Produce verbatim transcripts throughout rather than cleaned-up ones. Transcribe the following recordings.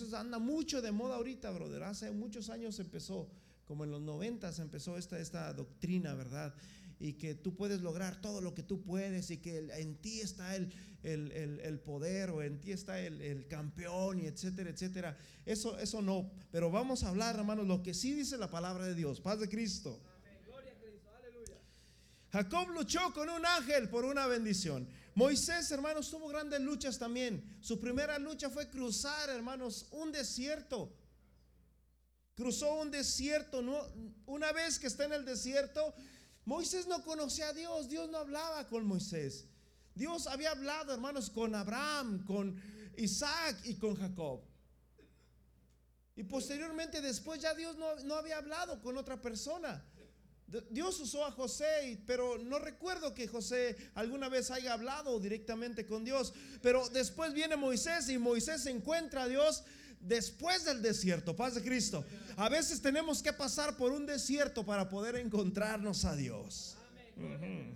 eso anda mucho de moda ahorita, brother. Hace muchos años empezó, como en los noventas empezó esta, esta doctrina, ¿verdad? Y que tú puedes lograr todo lo que tú puedes y que en ti está el, el, el, el poder, o en ti está el, el campeón, y etcétera, etcétera. Eso, eso no, pero vamos a hablar, hermanos, lo que sí dice la palabra de Dios. Paz de Cristo. Gloria a Cristo, aleluya. Jacob luchó con un ángel por una bendición. Moisés, hermanos, tuvo grandes luchas también. Su primera lucha fue cruzar, hermanos, un desierto. Cruzó un desierto, ¿no? Una vez que está en el desierto, Moisés no conocía a Dios. Dios no hablaba con Moisés. Dios había hablado, hermanos, con Abraham, con Isaac y con Jacob. Y posteriormente, después, ya Dios no, no había hablado con otra persona. Dios usó a José, pero no recuerdo que José alguna vez haya hablado directamente con Dios. Pero después viene Moisés, y Moisés encuentra a Dios después del desierto. Paz de Cristo. A veces tenemos que pasar por un desierto para poder encontrarnos a Dios. Uh-huh.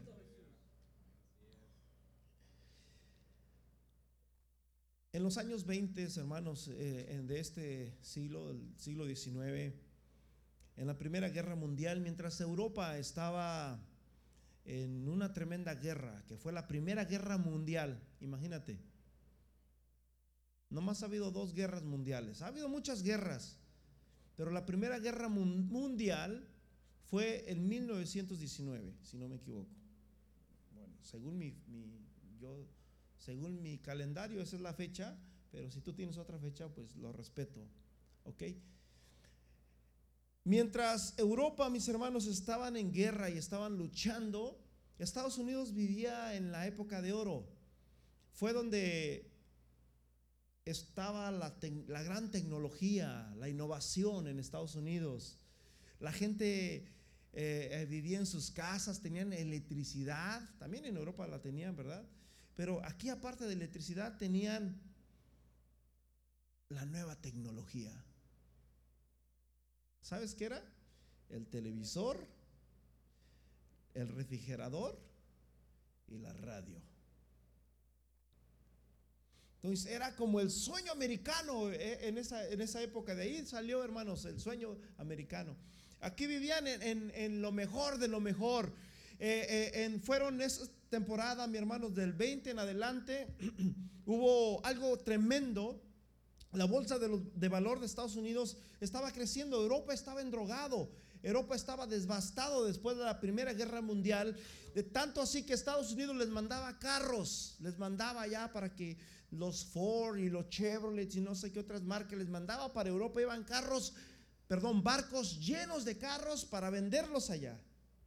En los años veinte, hermanos, eh, de este siglo, el siglo diecinueve, en la Primera Guerra Mundial, mientras Europa estaba en una tremenda guerra, que fue la Primera Guerra Mundial, imagínate. No más ha habido dos guerras mundiales, ha habido muchas guerras, pero la Primera Guerra Mundial fue en mil novecientos diecinueve, si no me equivoco. Bueno, según mi, mi, yo, según mi calendario, esa es la fecha, pero si tú tienes otra fecha, pues lo respeto, ¿ok? Mientras Europa, mis hermanos, estaban en guerra y estaban luchando, Estados Unidos vivía en la época de oro. Fue donde estaba la, te- la gran tecnología, la innovación en Estados Unidos. La gente eh, eh, vivía en sus casas, tenían electricidad, también en Europa la tenían, ¿verdad? Pero aquí, aparte de electricidad, tenían la nueva tecnología. ¿Sabes qué era? El televisor, el refrigerador y la radio. Entonces era como el sueño americano en esa, en esa época. De ahí salió, hermanos, el sueño americano. Aquí vivían en, en, en lo mejor de lo mejor. Eh, eh, en, fueron esa temporada, mi hermanos, del veinte en adelante, hubo algo tremendo. La bolsa de, los, de valor de Estados Unidos estaba creciendo. Europa estaba endrogado. Europa estaba devastado después de la Primera Guerra Mundial. De tanto así que Estados Unidos les mandaba carros. Les mandaba ya para que los Ford y los Chevrolet y no sé qué otras marcas les mandaba para Europa. Iban carros, perdón, barcos llenos de carros para venderlos allá.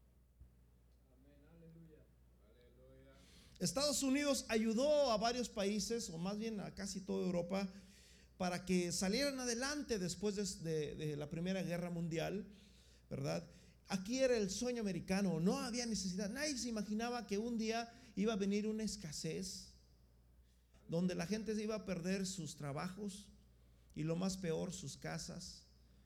Estados Unidos ayudó a varios países, o más bien a casi toda Europa, para que salieran adelante después de, de, de la Primera Guerra Mundial, ¿verdad? Aquí era el sueño americano, no había necesidad. Nadie se imaginaba que un día iba a venir una escasez donde la gente se iba a perder sus trabajos y, lo más peor, sus casas,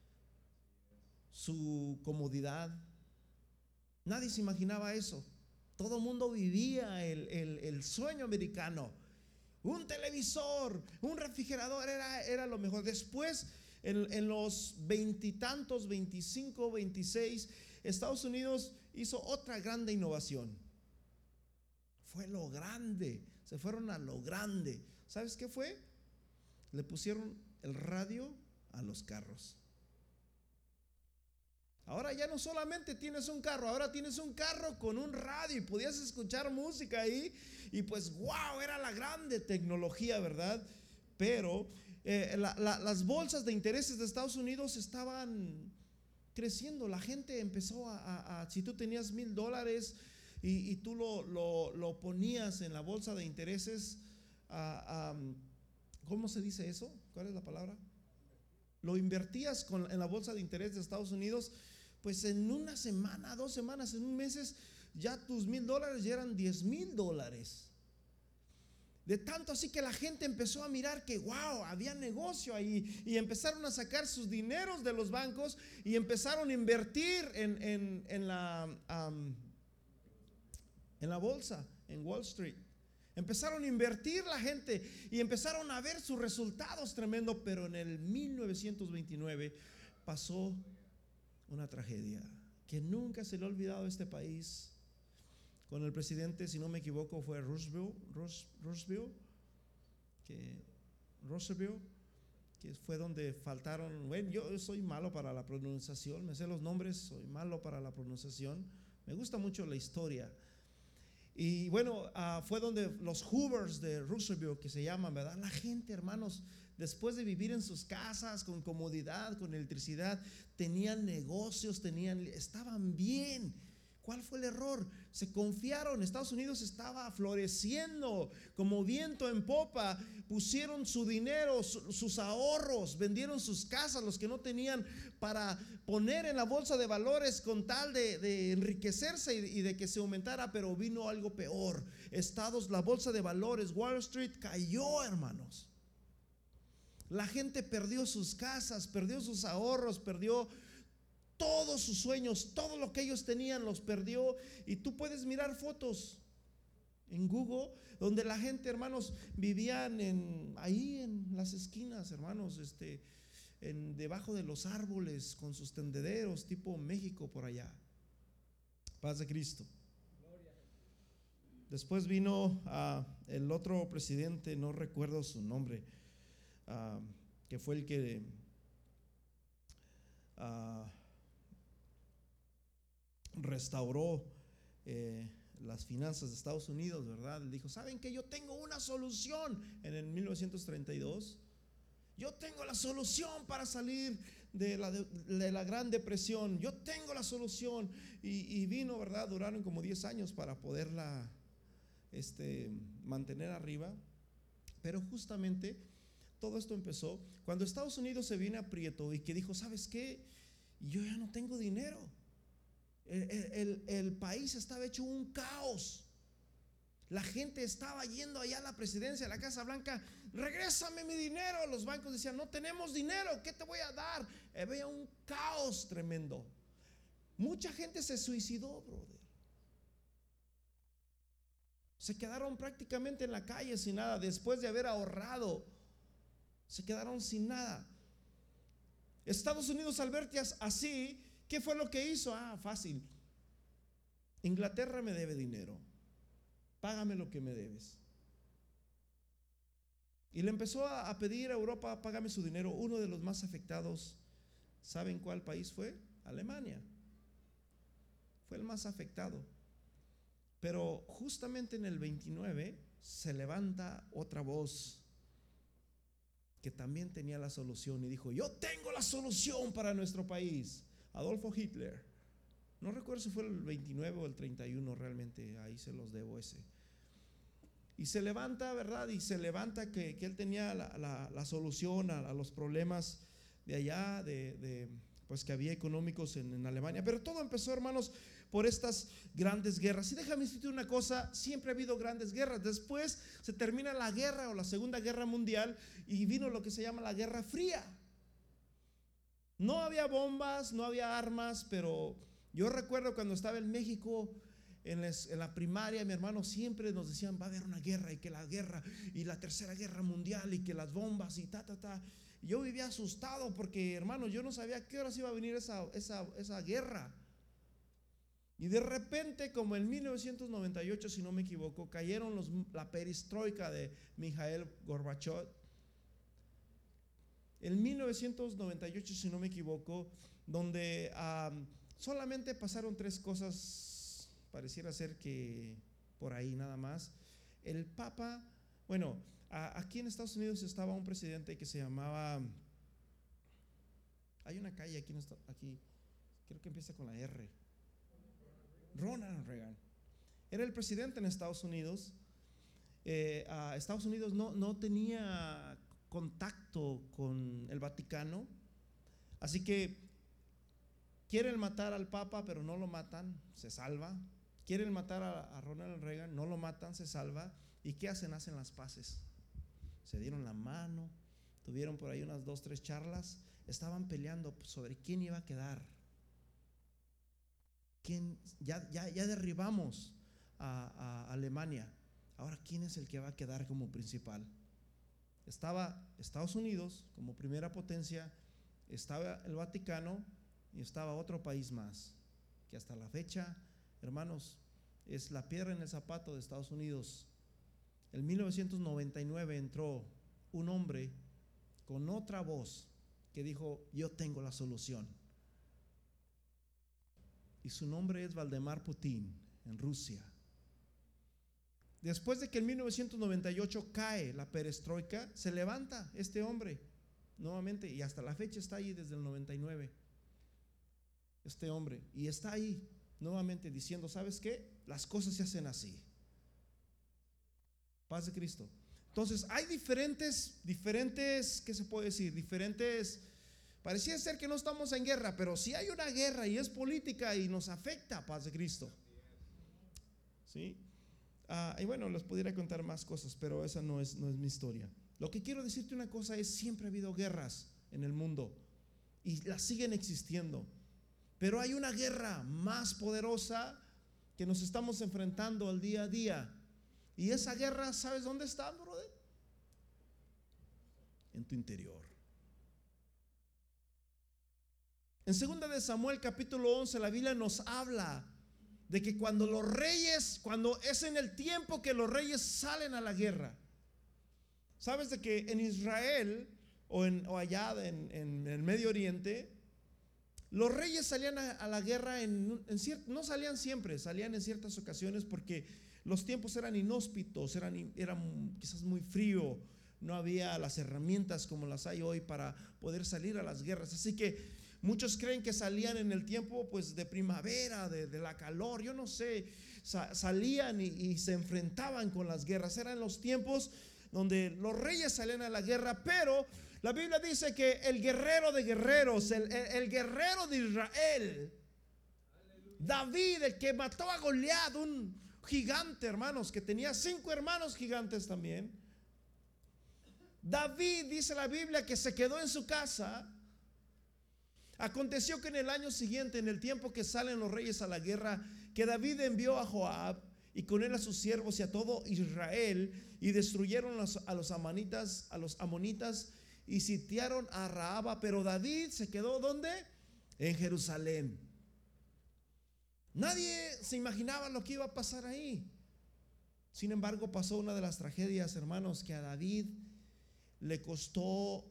su comodidad. Nadie se imaginaba eso. Todo el mundo vivía el, el, el sueño americano. Un televisor, un refrigerador era, era lo mejor. Después, en, en los veintitantos, veinticinco, veintiséis, Estados Unidos hizo otra grande innovación. Fue lo grande. Se fueron a lo grande. ¿Sabes qué fue? Le pusieron el radio a los carros. Ahora ya no solamente tienes un carro, ahora tienes un carro con un radio y podías escuchar música ahí. Y pues wow, era la grande tecnología, ¿verdad? Pero eh, la, la, las bolsas de intereses de Estados Unidos estaban creciendo. La gente empezó a, a, a si tú tenías mil dólares y, y tú lo, lo, lo ponías en la bolsa de intereses, a, a, ¿cómo se dice eso? ¿Cuál es la palabra? Lo invertías con, en la bolsa de interés de Estados Unidos. Pues en una semana, dos semanas, en un mes, ya tus mil dólares ya eran diez mil dólares. De tanto así que la gente empezó a mirar que wow, había negocio ahí, y empezaron a sacar sus dineros de los bancos y empezaron a invertir en, en, en, la, um, en la bolsa, en Wall Street. Empezaron a invertir la gente y empezaron a ver sus resultados tremendos. Pero en el mil novecientos veintinueve pasó una tragedia que nunca se le ha olvidado a este país. Con el presidente, si no me equivoco, fue Roosevelt, Roosevelt, que, Roosevelt, que fue donde faltaron. Bueno, yo soy malo para la pronunciación, me sé los nombres, soy malo para la pronunciación. Me gusta mucho la historia. Y bueno, uh, fue donde los Hoovers de Roosevelt, que se llaman, ¿verdad? La gente, hermanos, después de vivir en sus casas con comodidad, con electricidad, tenían negocios, tenían, estaban bien. ¿Cuál fue el error? Se confiaron. Estados Unidos estaba floreciendo como viento en popa. Pusieron su dinero, su, sus ahorros, vendieron sus casas, los que no tenían, para poner en la bolsa de valores con tal de, de enriquecerse y, y de que se aumentara. Pero vino algo peor. Estados, la bolsa de valores, Wall Street cayó, hermanos. La gente perdió sus casas, perdió sus ahorros, perdió todos sus sueños, todo lo que ellos tenían los perdió. Y tú puedes mirar fotos en Google donde la gente, hermanos, vivían en, ahí en las esquinas, hermanos, este, en, debajo de los árboles con sus tendederos, tipo México por allá. Paz de Cristo. Después vino uh, el otro presidente, no recuerdo su nombre, uh, que fue el que uh, restauró eh, las finanzas de Estados Unidos, ¿verdad? Él dijo: ¿saben qué? Yo tengo una solución. En el mil novecientos treinta y dos, yo tengo la solución para salir de la, de, de la Gran Depresión. Yo tengo la solución. Y, y vino, ¿verdad? Duraron como diez años para poderla este, mantener arriba. Pero justamente todo esto empezó cuando Estados Unidos se viene aprieto y que dijo: ¿sabes qué? Yo ya no tengo dinero. El, el, el país estaba hecho un caos. La gente estaba yendo allá a la presidencia, a la Casa Blanca: regrésame mi dinero. Los bancos decían: no tenemos dinero, ¿qué te voy a dar? Había un caos tremendo. Mucha gente se suicidó, brother. Se quedaron prácticamente en la calle sin nada. Después de haber ahorrado, se quedaron sin nada. Estados Unidos, al verte así, ¿qué fue lo que hizo? Ah, fácil. Inglaterra me debe dinero, págame lo que me debes. Y le empezó a, a pedir a Europa: págame su dinero. Uno de los más afectados, ¿saben cuál país fue? Alemania. Fue el más afectado. Pero justamente en el veintinueve se levanta otra voz que también tenía la solución y dijo: yo tengo la solución para nuestro país. Adolfo Hitler. No recuerdo si fue el veintinueve o el treinta y uno, realmente ahí se los debo ese. Y se levanta, ¿verdad? Y se levanta que, que él tenía la, la, la solución a, a los problemas de allá, de, de pues que había económicos en, en Alemania. Pero todo empezó, hermanos, por estas grandes guerras. Y déjame decirte una cosa: siempre ha habido grandes guerras. Después se termina la guerra o la Segunda Guerra Mundial y vino lo que se llama la Guerra Fría. No había bombas, no había armas, pero yo recuerdo cuando estaba en México, en, les, en la primaria, mi hermano, siempre nos decían: va a haber una guerra, y que la guerra, y la tercera guerra mundial, y que las bombas, y ta, ta, ta. Y yo vivía asustado porque, hermano, yo no sabía a qué horas iba a venir esa, esa, esa guerra. Y de repente, como en mil novecientos noventa y ocho, si no me equivoco, cayeron los, la perestroika de Mikhail Gorbachev. En mil novecientos noventa y ocho, si no me equivoco, donde um, solamente pasaron tres cosas, pareciera ser que por ahí nada más. El Papa, bueno, a, aquí en Estados Unidos estaba un presidente que se llamaba, hay una calle aquí, aquí creo que empieza con la R, Ronald Reagan. Era el presidente en Estados Unidos. eh, a Estados Unidos no, no tenía contacto con el Vaticano, así que quieren matar al Papa, pero no lo matan, se salva. Quieren matar a, a Ronald Reagan, no lo matan, se salva. ¿Y qué hacen? Hacen las paces. Se dieron la mano, tuvieron por ahí unas dos, tres charlas. Estaban peleando sobre quién iba a quedar. ¿Quién? Ya, ya, ya derribamos a, a Alemania. Ahora, ¿quién es el que va a quedar como principal? Estaba Estados Unidos como primera potencia, estaba el Vaticano y estaba otro país más, que hasta la fecha, hermanos, es la piedra en el zapato de Estados Unidos. En mil novecientos noventa y nueve entró un hombre con otra voz que dijo: yo tengo la solución. Y su nombre es Vladimir Putin, en Rusia. Después de que en mil novecientos noventa y ocho cae la perestroika, se levanta este hombre nuevamente, y hasta la fecha está ahí desde el noventa y nueve. Este hombre, y está ahí nuevamente diciendo: ¿sabes qué? Las cosas se hacen así. Paz de Cristo. Entonces hay diferentes, diferentes, ¿qué se puede decir? Diferentes, parecía ser que no estamos en guerra, pero sí hay una guerra y es política y nos afecta, paz de Cristo. ¿Sí? Ah, y bueno, les pudiera contar más cosas, pero esa no es, no es mi historia. Lo que quiero decirte una cosa es: siempre ha habido guerras en el mundo y las siguen existiendo, pero hay una guerra más poderosa que nos estamos enfrentando al día a día. Y esa guerra, ¿sabes dónde está, brother? En tu interior. En segunda de Samuel capítulo once, la Biblia nos habla de que cuando los reyes, cuando es en el tiempo que los reyes salen a la guerra. ¿Sabes de que en Israel o, en, o allá en, en el Medio Oriente, los reyes salían a, a la guerra en, en cier, no salían siempre, salían en ciertas ocasiones porque los tiempos eran inhóspitos, eran, eran quizás muy frío, no había las herramientas como las hay hoy para poder salir a las guerras. Así que muchos creen que salían en el tiempo pues de primavera, de, de la calor, yo no sé, sa, salían y, y se enfrentaban con las guerras. Eran los tiempos donde los reyes salían a la guerra, pero la Biblia dice que el guerrero de guerreros, el, el, el guerrero de Israel, David, el que mató a Goliat, un gigante, hermanos, que tenía cinco hermanos gigantes también. David, dice la Biblia, que se quedó en su casa. Aconteció que en el año siguiente, en el tiempo que salen los reyes a la guerra, que David envió a Joab y con él a sus siervos y a todo Israel, y destruyeron a los amonitas, a los amonitas, y sitiaron a Raaba. Pero David se quedó ¿dónde? En Jerusalén. Nadie se imaginaba lo que iba a pasar ahí. Sin embargo, pasó una de las tragedias, hermanos, que a David le costó,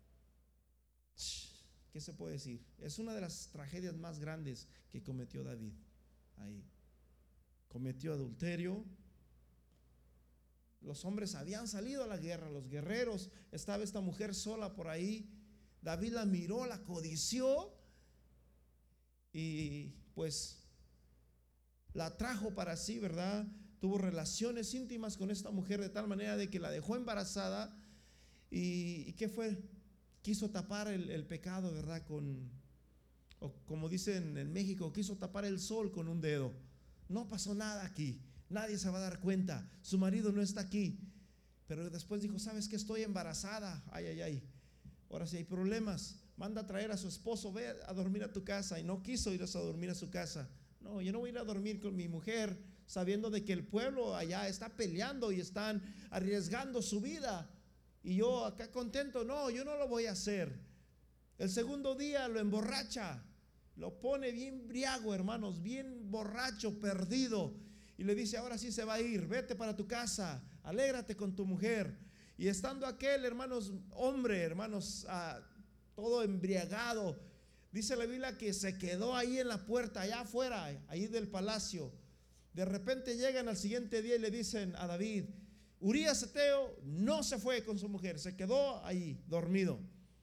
¿qué se puede decir? Es una de las tragedias más grandes que cometió David ahí. Cometió adulterio. Los hombres habían salido a la guerra, los guerreros. Estaba esta mujer sola por ahí. David la miró, la codició y pues la trajo para sí, ¿verdad? Tuvo relaciones íntimas con esta mujer de tal manera de que la dejó embarazada. ¿Y, y qué fue? Quiso tapar el, el pecado, ¿verdad? Con, o como dicen en México, quiso tapar el sol con un dedo. No pasó nada aquí, nadie se va a dar cuenta, su marido no está aquí. Pero después dijo: ¿sabes qué? Estoy embarazada. Ay, ay, ay. Ahora sí hay problemas. Manda a traer a su esposo, ve a dormir a tu casa. Y no quiso ir a dormir a su casa. No, yo no voy a ir a dormir con mi mujer sabiendo de que el pueblo allá está peleando y están arriesgando su vida, y yo acá contento. No, yo no lo voy a hacer. El segundo día lo emborracha, lo pone bien briago, hermanos, bien borracho, perdido, y le dice: ahora sí se va a ir, vete para tu casa, alégrate con tu mujer. Y estando aquel, hermanos, hombre, hermanos, ah, todo embriagado, dice la Biblia que se quedó ahí en la puerta, allá afuera, ahí del palacio. De repente llegan al siguiente día y le dicen a David: Urías Eteo no se fue con su mujer, se quedó ahí dormido.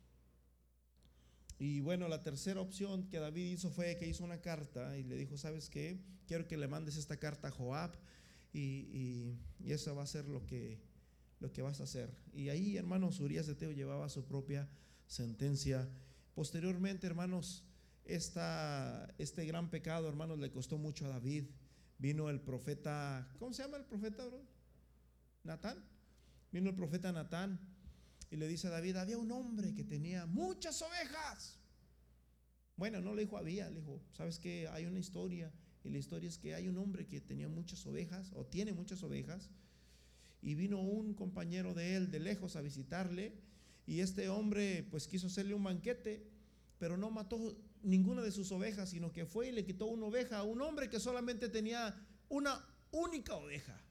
Y bueno, la tercera opción que David hizo fue que hizo una carta y le dijo: ¿sabes qué? Quiero que le mandes esta carta a Joab, y, y, y eso va a ser lo que, lo que vas a hacer. Y ahí, hermanos, Urías Eteo llevaba su propia sentencia. Posteriormente, hermanos, esta, este gran pecado, hermanos, le costó mucho a David. Vino el profeta, ¿cómo se llama el profeta, bro? Natán. Vino el profeta Natán y le dice a David: había un hombre que tenía muchas ovejas. Bueno, no le dijo había, le dijo: ¿sabes qué? Hay una historia, y la historia es que hay un hombre que tenía muchas ovejas, o tiene muchas ovejas, y vino un compañero de él de lejos a visitarle, y este hombre pues quiso hacerle un banquete, pero no mató ninguna de sus ovejas, sino que fue y le quitó una oveja a un hombre que solamente tenía una única oveja.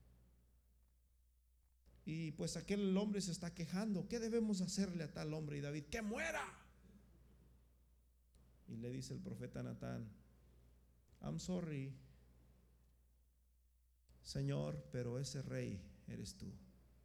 Y pues aquel hombre se está quejando: ¿qué debemos hacerle a tal hombre? Y David: ¡que muera! Y le dice el profeta Natán: I'm sorry, Señor, pero ese rey eres tú.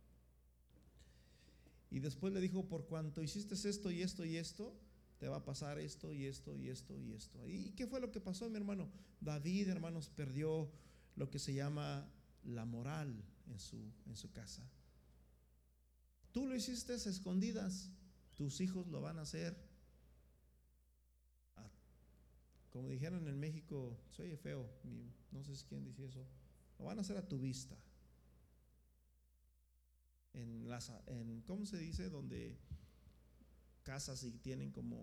Y después le dijo: por cuanto hiciste esto y esto y esto, te va a pasar esto y esto y esto y esto. ¿Y qué fue lo que pasó, mi hermano? David, hermanos, perdió lo que se llama la moral en su, en su casa. Tú lo hiciste a escondidas, tus hijos lo van a hacer a, como dijeron en México, se oye feo, no sé quién dice eso, lo van a hacer a tu vista. En las, en, ¿cómo se dice? Donde casas y tienen como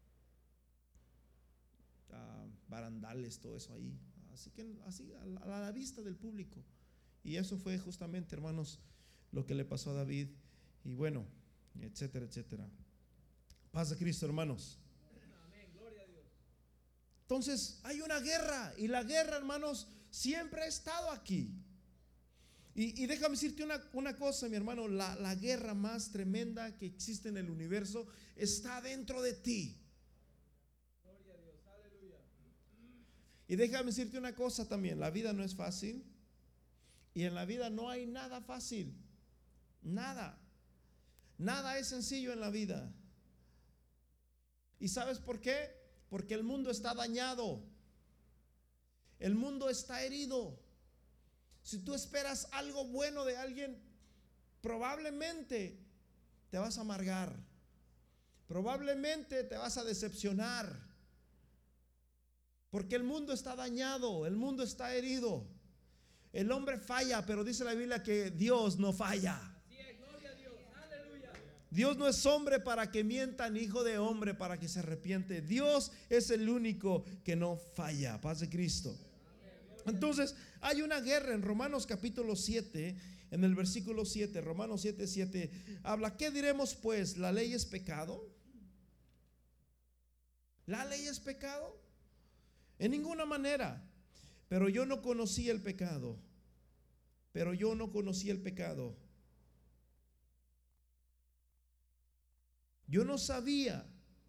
uh, barandales, todo eso ahí. Así que así a la, a la vista del público. Y eso fue justamente, hermanos, lo que le pasó a David. Y bueno, etcétera, etcétera. Paz de Cristo, hermanos. Amén, gloria a Dios. Entonces hay una guerra, y la guerra, hermanos, siempre ha estado aquí. Y, y déjame decirte una, una cosa, mi hermano: la, la guerra más tremenda que existe en el universo está dentro de ti. Gloria a Dios, aleluya. Y déjame decirte una cosa también: la vida no es fácil, y en la vida no hay nada fácil. Nada. Nada es sencillo en la vida. ¿Y sabes por qué? Porque el mundo está dañado. El mundo está herido. Si tú esperas algo bueno de alguien, probablemente te vas a amargar. Probablemente te vas a decepcionar. Porque el mundo está dañado, el mundo está herido. El hombre falla, pero dice la Biblia que Dios no falla. Dios no es hombre para que mienta, ni hijo de hombre para que se arrepiente. Dios es el único que no falla. Paz de Cristo. Entonces hay una guerra en Romanos capítulo siete, en el versículo siete. Romanos siete, siete habla: ¿qué diremos pues? ¿La ley es pecado? ¿La ley es pecado? En ninguna manera. Pero yo no conocí el pecado. Pero yo no conocí el pecado. Yo no sabía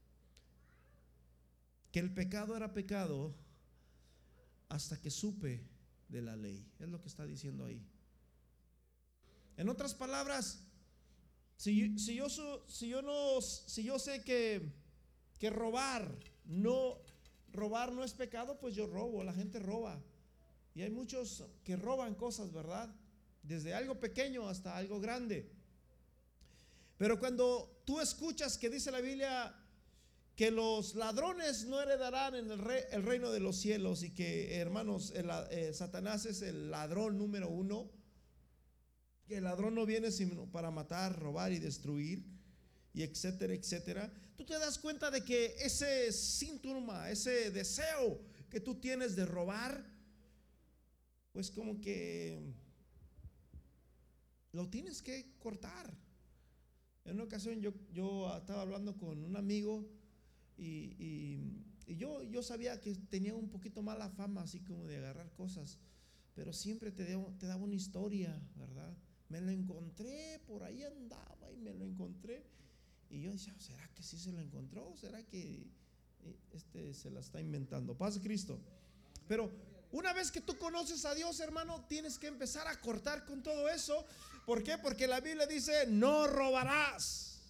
que el pecado era pecado hasta que supe de la ley. Es lo que está diciendo ahí. En otras palabras, si, si, yo, si, yo, no, si yo sé que, que robar no, robar no es pecado, pues yo robo. La gente roba. Y hay muchos que roban cosas, ¿verdad? Desde algo pequeño hasta algo grande. Pero cuando tú escuchas que dice la Biblia que los ladrones no heredarán en el, re, el reino de los cielos, y que, hermanos, el, eh, Satanás es el ladrón número uno, que el ladrón no viene sino para matar, robar y destruir, y etcétera, etcétera, tú te das cuenta de que ese síntoma, ese deseo que tú tienes de robar, pues como que lo tienes que cortar. En una ocasión yo, yo estaba hablando con un amigo y, y, y yo, yo sabía que tenía un poquito mala fama, así como de agarrar cosas, pero siempre te, debo, te daba una historia, ¿verdad? Me lo encontré, por ahí andaba y me lo encontré. Y yo decía: ¿será que sí se lo encontró? ¿Será que este se la está inventando? Paz de Cristo. Pero una vez que tú conoces a Dios, hermano, tienes que empezar a cortar con todo eso. ¿Por qué? Porque la Biblia dice: no robarás.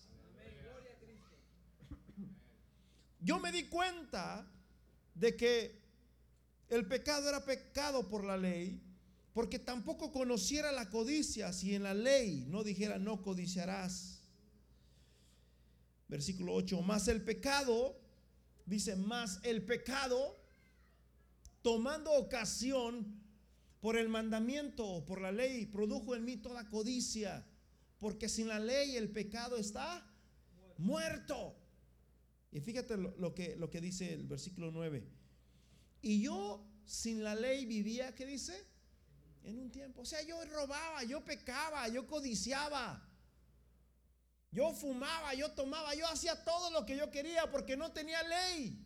Yo me di cuenta de que el pecado era pecado por la ley, porque tampoco conociera la codicia si en la ley no dijera: no codiciarás. Versículo ocho: más el pecado, dice, más el pecado, tomando ocasión por el mandamiento o por la ley, produjo en mí toda codicia, porque sin la ley el pecado está muerto. Y fíjate lo, lo, que, lo que dice el versículo nueve: y yo sin la ley vivía, ¿qué dice? En un tiempo. O sea, yo robaba, yo pecaba, yo codiciaba, yo fumaba, yo tomaba, yo hacía todo lo que yo quería porque no tenía ley.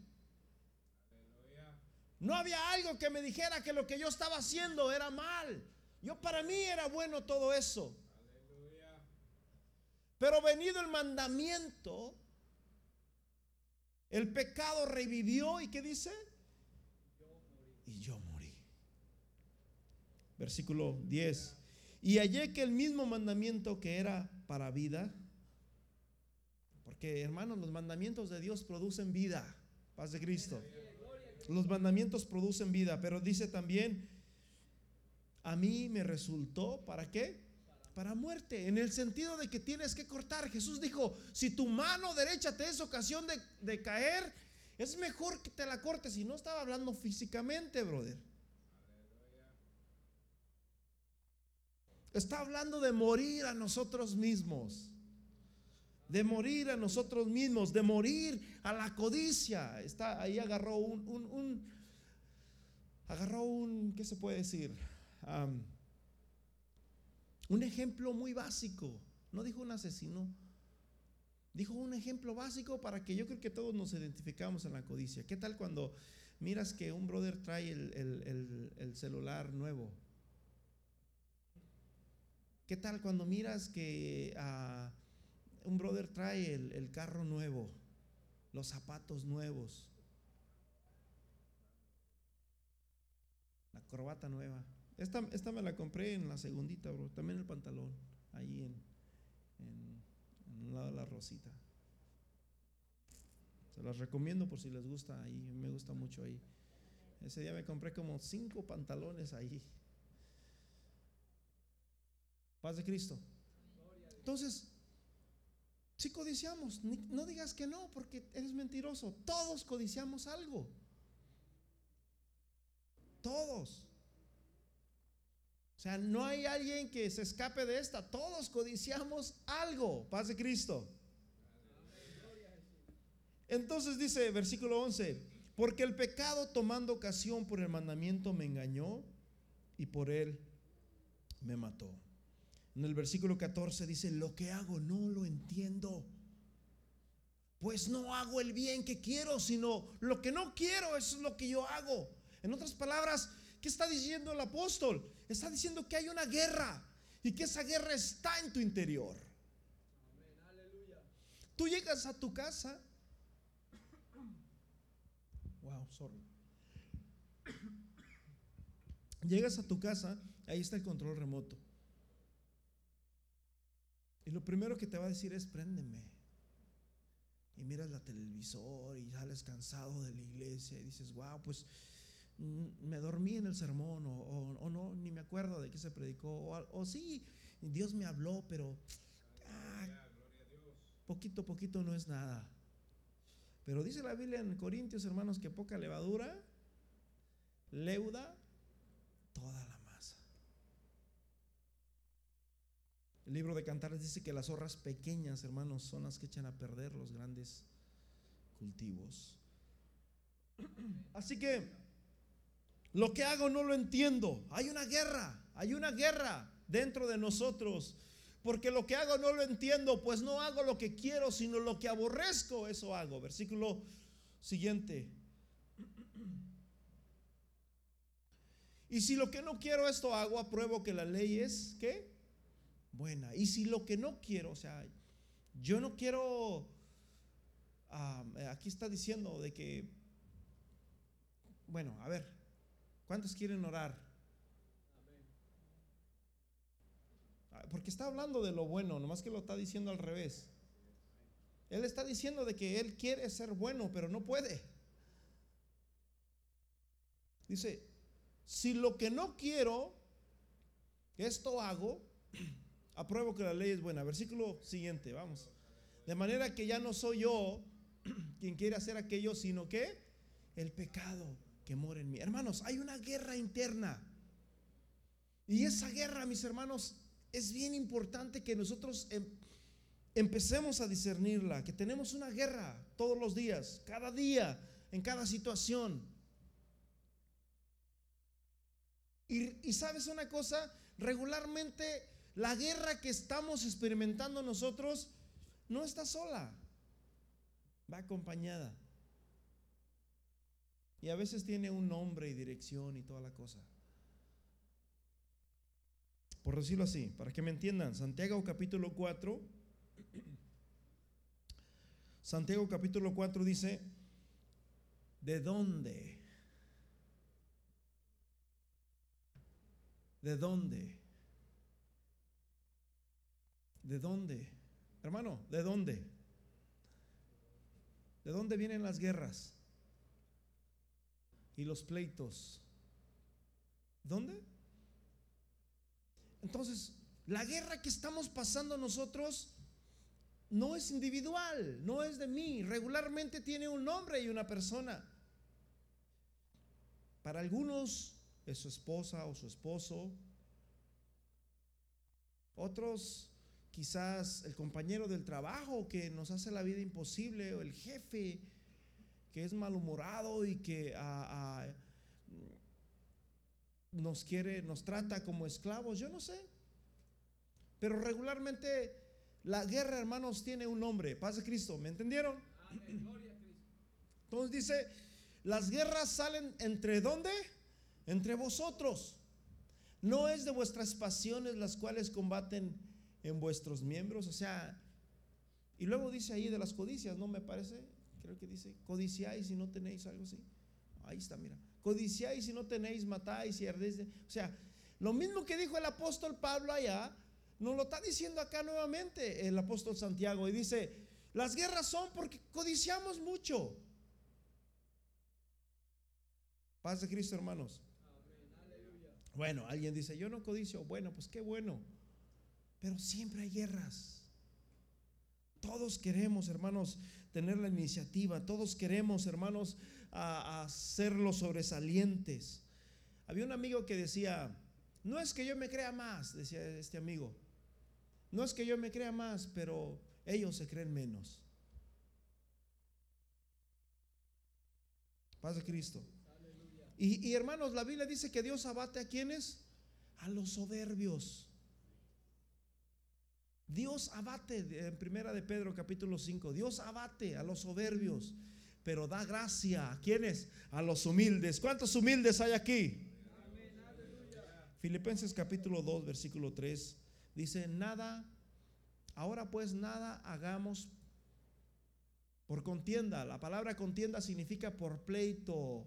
No había algo que me dijera que lo que yo estaba haciendo era mal. Yo, para mí era bueno todo eso. Pero venido el mandamiento, el pecado revivió. ¿Y qué dice? Y yo morí. Versículo diez. Y hallé que el mismo mandamiento que era para vida, porque hermanos, los mandamientos de Dios producen vida. Paz de Cristo. Los mandamientos producen vida, pero dice también, a mí me resultó, ¿para qué? Para muerte, en el sentido de que tienes que cortar. Jesús dijo, si tu mano derecha te es ocasión de, de caer, es mejor que te la cortes. Y no estaba hablando físicamente, brother. Está hablando de morir a nosotros mismos. De morir a nosotros mismos, de morir a la codicia. Está ahí, agarró un, un, un agarró un, ¿qué se puede decir? Um, un ejemplo muy básico. No dijo un asesino, dijo un ejemplo básico para que yo creo que todos nos identificamos en la codicia. ¿Qué tal cuando miras que un brother trae el, el, el, el celular nuevo? ¿Qué tal cuando miras que uh, un brother trae el, el carro nuevo, los zapatos nuevos, la corbata nueva? Esta, esta me la compré en la segundita, bro. También el pantalón, ahí en, en, en un lado de la rosita. Se las recomiendo por si les gusta ahí, me gusta mucho ahí. Ese día me compré como cinco pantalones ahí. Paz de Cristo. Entonces, si codiciamos, no digas que no, porque eres mentiroso. Todos codiciamos algo. Todos. O sea, no hay alguien que se escape de esta. Todos codiciamos algo. Paz de Cristo. Entonces dice versículo once, porque el pecado tomando ocasión por el mandamiento me engañó y por él me mató. En el versículo catorce dice, lo que hago no lo entiendo, pues no hago el bien que quiero, sino lo que no quiero, eso es lo que yo hago. En otras palabras, ¿qué está diciendo el apóstol? Está diciendo que hay una guerra y que esa guerra está en tu interior. Tú llegas a tu casa. Wow, sorry. Llegas a tu casa, ahí está el control remoto. Y lo primero que te va a decir es préndeme. Y miras la televisor y sales cansado de la iglesia y dices, wow, pues me dormí en el sermón, o, o, o no, ni me acuerdo de qué se predicó, o, o sí, Dios me habló, pero ah, poquito a poquito no es nada. Pero dice la Biblia en Corintios, hermanos, que poca levadura leuda toda la masa. El libro de Cantares dice que las zorras pequeñas, hermanos, son las que echan a perder los grandes cultivos. Así que lo que hago no lo entiendo. Hay una guerra, hay una guerra dentro de nosotros, porque lo que hago no lo entiendo, pues no hago lo que quiero, sino lo que aborrezco, eso hago. Versículo siguiente. Y si lo que no quiero esto hago, apruebo que la ley es, ¿qué? Buena. Y si lo que no quiero, o sea, yo no quiero, uh, aquí está diciendo de que, bueno, a ver, ¿cuántos quieren orar? Porque está hablando de lo bueno, nomás que lo está diciendo al revés. Él está diciendo de que él quiere ser bueno, pero no puede. Dice, si lo que no quiero, esto hago, apruebo que la ley es buena. Versículo siguiente, vamos. De manera que ya no soy yo quien quiere hacer aquello, sino que el pecado que mora en mí. Hermanos, hay una guerra interna. Y esa guerra, mis hermanos, es bien importante que nosotros em, empecemos a discernirla, que tenemos una guerra todos los días, cada día, en cada situación. Y, y sabes una cosa, regularmente la guerra que estamos experimentando nosotros no está sola, va acompañada. Y a veces tiene un nombre y dirección y toda la cosa. Por decirlo así, para que me entiendan, Santiago capítulo cuatro, Santiago capítulo cuatro dice, ¿de dónde? ¿De dónde? ¿De dónde? Hermano, ¿de dónde? ¿De dónde vienen las guerras y los pleitos? ¿Dónde? Entonces, la guerra que estamos pasando nosotros no es individual, no es de mí. Regularmente tiene un nombre y una persona. Para algunos es su esposa o su esposo. Otros quizás el compañero del trabajo que nos hace la vida imposible, o el jefe que es malhumorado y que a, a, nos quiere, nos trata como esclavos, yo no sé. Pero regularmente la guerra, hermanos, tiene un nombre. Paz de Cristo, ¿me entendieron? Amén. Gloria a Cristo. Entonces dice, las guerras salen entre ¿dónde? Entre vosotros. No es de vuestras pasiones las cuales combaten en vuestros miembros. O sea, y luego dice ahí de las codicias, ¿no me parece? Creo que dice, codiciáis y no tenéis, algo así. Ahí está, mira. Codiciáis y no tenéis, matáis y ardéis. De... O sea, lo mismo que dijo el apóstol Pablo allá, nos lo está diciendo acá nuevamente el apóstol Santiago. Y dice, las guerras son porque codiciamos mucho. Paz de Cristo, hermanos. Bueno, alguien dice, yo no codicio. Bueno, pues qué bueno. Pero siempre hay guerras. Todos queremos, hermanos, tener la iniciativa. Todos queremos, hermanos, a, a ser los sobresalientes. Había un amigo que decía, no es que yo me crea más, decía este amigo. No es que yo me crea más, pero ellos se creen menos. Paz de Cristo. Y, y hermanos, la Biblia dice que Dios abate a quienes, a los soberbios. Dios abate, en primera de Pedro capítulo cinco, Dios abate a los soberbios, pero da gracia a quienes, a los humildes. ¿Cuántos humildes hay aquí? Amén. Aleluya. Filipenses capítulo dos versículo tres dice, nada, ahora pues nada hagamos por contienda. La palabra contienda significa por pleito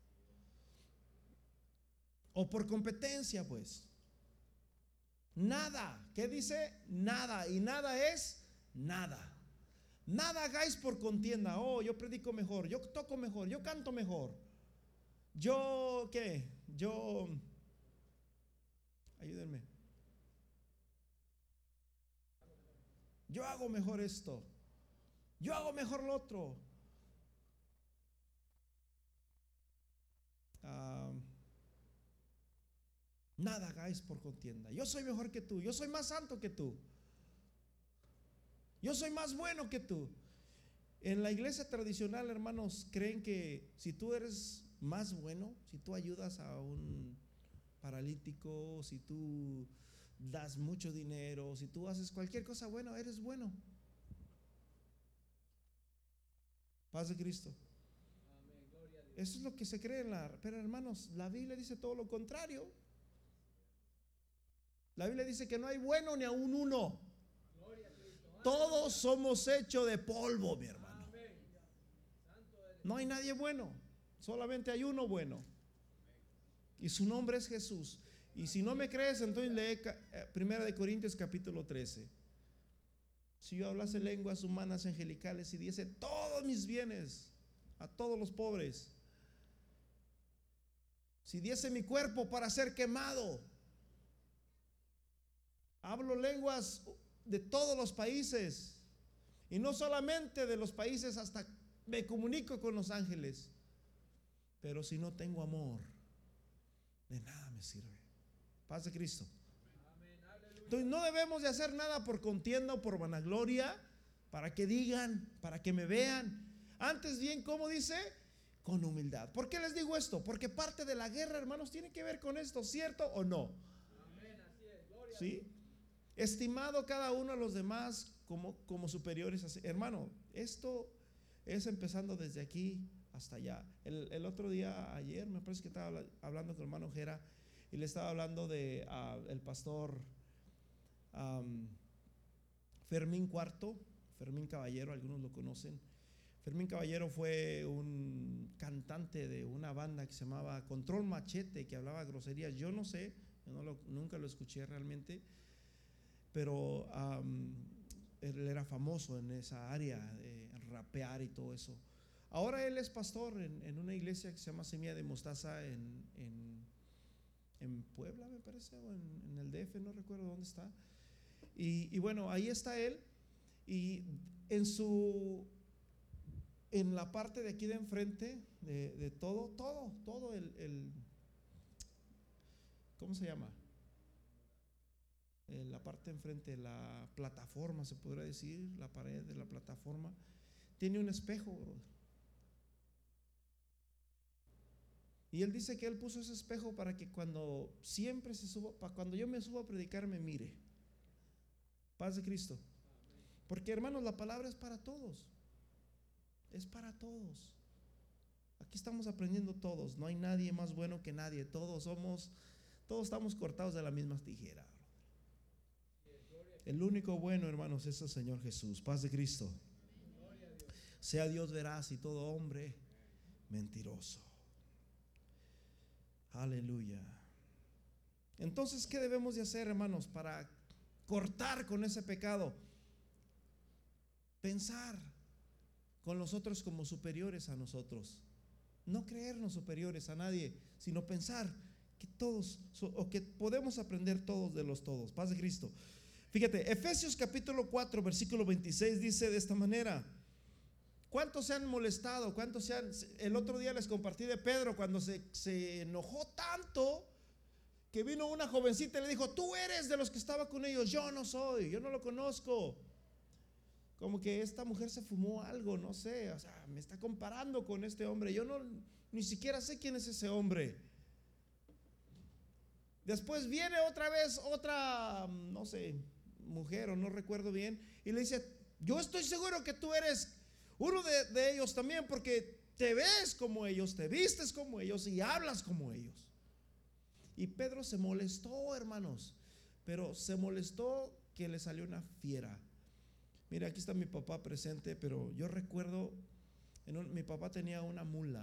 o por competencia, pues. Nada, ¿qué dice? Nada, y nada es nada. Nada hagáis por contienda. Oh, yo predico mejor, yo toco mejor, yo canto mejor. Yo, ¿qué? Yo, ayúdenme. Yo hago mejor esto. Yo hago mejor lo otro. Ah, nada hagáis por contienda. Yo soy mejor que tú. Yo soy más santo que tú. Yo soy más bueno que tú. En la iglesia tradicional, hermanos, creen que si tú eres más bueno, si tú ayudas a un paralítico, si tú das mucho dinero, si tú haces cualquier cosa buena, eres bueno. Paz de Cristo. Amén. Gloria a Dios. Eso es lo que se cree en la... Pero hermanos, la Biblia dice todo lo contrario. La Biblia dice que no hay bueno ni aún uno. Gloria a Cristo. Todos somos hechos de polvo, mi hermano. Amén. Santo eres. No hay nadie bueno, solamente hay uno bueno. Y su nombre es Jesús. Y si no me crees, entonces lee Primera de Corintios capítulo trece. Si yo hablase lenguas humanas angelicales y diese todos mis bienes a todos los pobres, si diese mi cuerpo para ser quemado, hablo lenguas de todos los países, y no solamente de los países, hasta me comunico con los ángeles, pero si no tengo amor, de nada me sirve. Paz de Cristo. Amén. Aleluya. Entonces no debemos de hacer nada por contienda o por vanagloria, para que digan, para que me vean. Antes bien, ¿cómo dice? con humildad. ¿Por qué les digo esto? Porque parte de la guerra, hermanos, tiene que ver con esto, ¿cierto o no? Amén, así es, gloria a ¿Sí? Dios. Estimado cada uno a los demás como, como superiores. Así. Hermano, esto es empezando desde aquí hasta allá. El, el otro día, ayer, me parece que estaba hablando con el hermano Jera y le estaba hablando de uh, el pastor um, Fermín Cuarto, Fermín Caballero, algunos lo conocen. Fermín Caballero fue un cantante de una banda que se llamaba Control Machete, que hablaba groserías. Yo no sé, yo no lo, nunca lo escuché realmente, pero um, él era famoso en esa área, de rapear y todo eso. Ahora él es pastor en, en una iglesia que se llama Semilla de Mostaza en, en, en Puebla, me parece, o en, en el D F, no recuerdo dónde está. Y, y bueno, ahí está él. Y en su, en la parte de aquí de enfrente, de, de todo, todo, todo el, el, ¿cómo se llama? En la parte de enfrente, la plataforma, se podría decir, la pared de la plataforma, tiene un espejo, brother. Y él dice que él puso ese espejo para que cuando siempre se suba, para cuando yo me subo a predicar me mire. Paz de Cristo. Porque hermanos, la palabra es para todos. Es para todos. Aquí estamos aprendiendo todos. No hay nadie más bueno que nadie. Todos somos, todos estamos cortados de la misma tijera. El único bueno, hermanos, es el Señor Jesús. Paz de Cristo. Sea Dios veraz y todo hombre mentiroso. Aleluya. Entonces, ¿qué debemos de hacer, hermanos, para cortar con ese pecado? Pensar con los otros como superiores a nosotros. No creernos superiores a nadie, sino pensar que todos, o que podemos aprender todos de los todos. Paz de Cristo. Fíjate, Efesios capítulo cuatro, versículo veintiséis dice de esta manera: ¿cuántos se han molestado? ¿Cuántos se han? El otro día les compartí de Pedro cuando se, se enojó tanto que vino una jovencita y le dijo: tú eres de los que estaba con ellos. Yo no soy, yo no lo conozco. Como que esta mujer se fumó algo, no sé, o sea, me está comparando con este hombre. Yo no, ni siquiera sé quién es ese hombre. Después viene otra vez otra, no sé, mujer o no recuerdo bien, y le dice: yo estoy seguro que tú eres uno de, de ellos también, porque te ves como ellos, te vistes como ellos y hablas como ellos. Y Pedro se molestó, hermanos, pero se molestó que le salió una fiera. Mira, aquí está mi papá presente, pero yo recuerdo, en un, mi papá tenía una mula.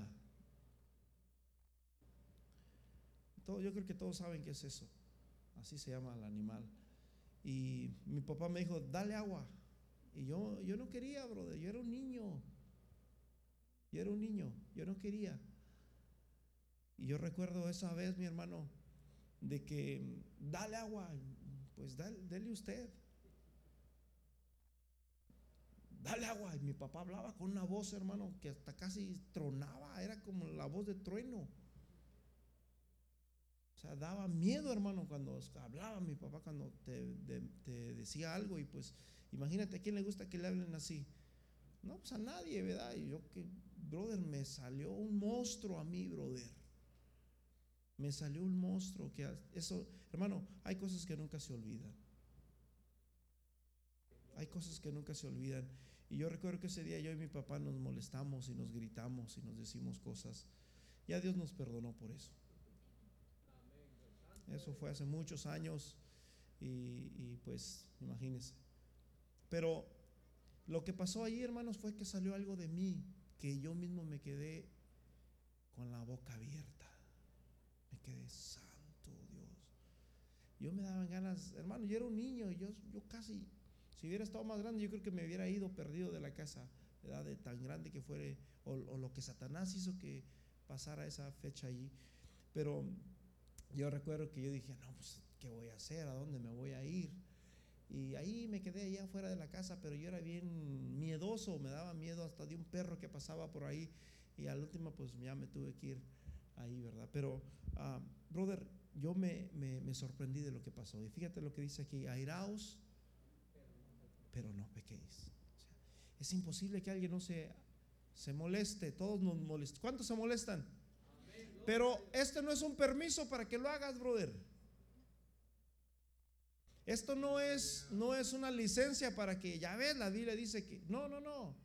Todo, yo creo que todos saben qué es eso. Así se llama el animal. Y mi papá me dijo: dale agua. Y yo, yo no quería, brother. Yo era un niño. Yo era un niño. Yo no quería. Y yo recuerdo esa vez, mi hermano, de que dale agua. Pues dale, dele usted. Dale agua. Y mi papá hablaba con una voz, hermano, que hasta casi tronaba. Era como la voz de trueno. O sea, daba miedo, hermano, cuando hablaba mi papá, cuando te, de, te decía algo. Y pues imagínate, ¿a quién le gusta que le hablen así? No, pues a nadie, ¿verdad? Y yo que, brother, me salió un monstruo a mí, brother. Me salió un monstruo que eso, hermano, hay cosas que nunca se olvidan. Hay cosas que nunca se olvidan. Y yo recuerdo que ese día yo y mi papá nos molestamos y nos gritamos y nos decimos cosas. Ya Dios nos perdonó por eso. Eso fue hace muchos años y, y pues imagínense. Pero lo que pasó allí, hermanos, fue que salió algo de mí que yo mismo me quedé con la boca abierta. Me quedé: santo Dios. Yo me daban ganas, hermano, yo era un niño y yo, yo casi, si hubiera estado más grande, yo creo que me hubiera ido perdido de la casa, ¿verdad? De tan grande que fuere, o, o lo que Satanás hizo que pasara esa fecha allí. Pero yo recuerdo que yo dije: no, pues, ¿qué voy a hacer? ¿A dónde me voy a ir? Y ahí me quedé allá afuera de la casa, pero yo era bien miedoso, me daba miedo hasta de un perro que pasaba por ahí. Y al último, pues ya me tuve que ir ahí, ¿verdad? Pero, uh, brother, yo me, me, me sorprendí de lo que pasó. Y fíjate lo que dice aquí: airaos, pero no pequéis. O sea, es imposible que alguien no se, se moleste, todos nos molestamos. ¿Cuántos se molestan? Pero esto no es un permiso para que lo hagas, brother. Esto no es, no es una licencia para que, ya ves, la Biblia dice que, no, no, no.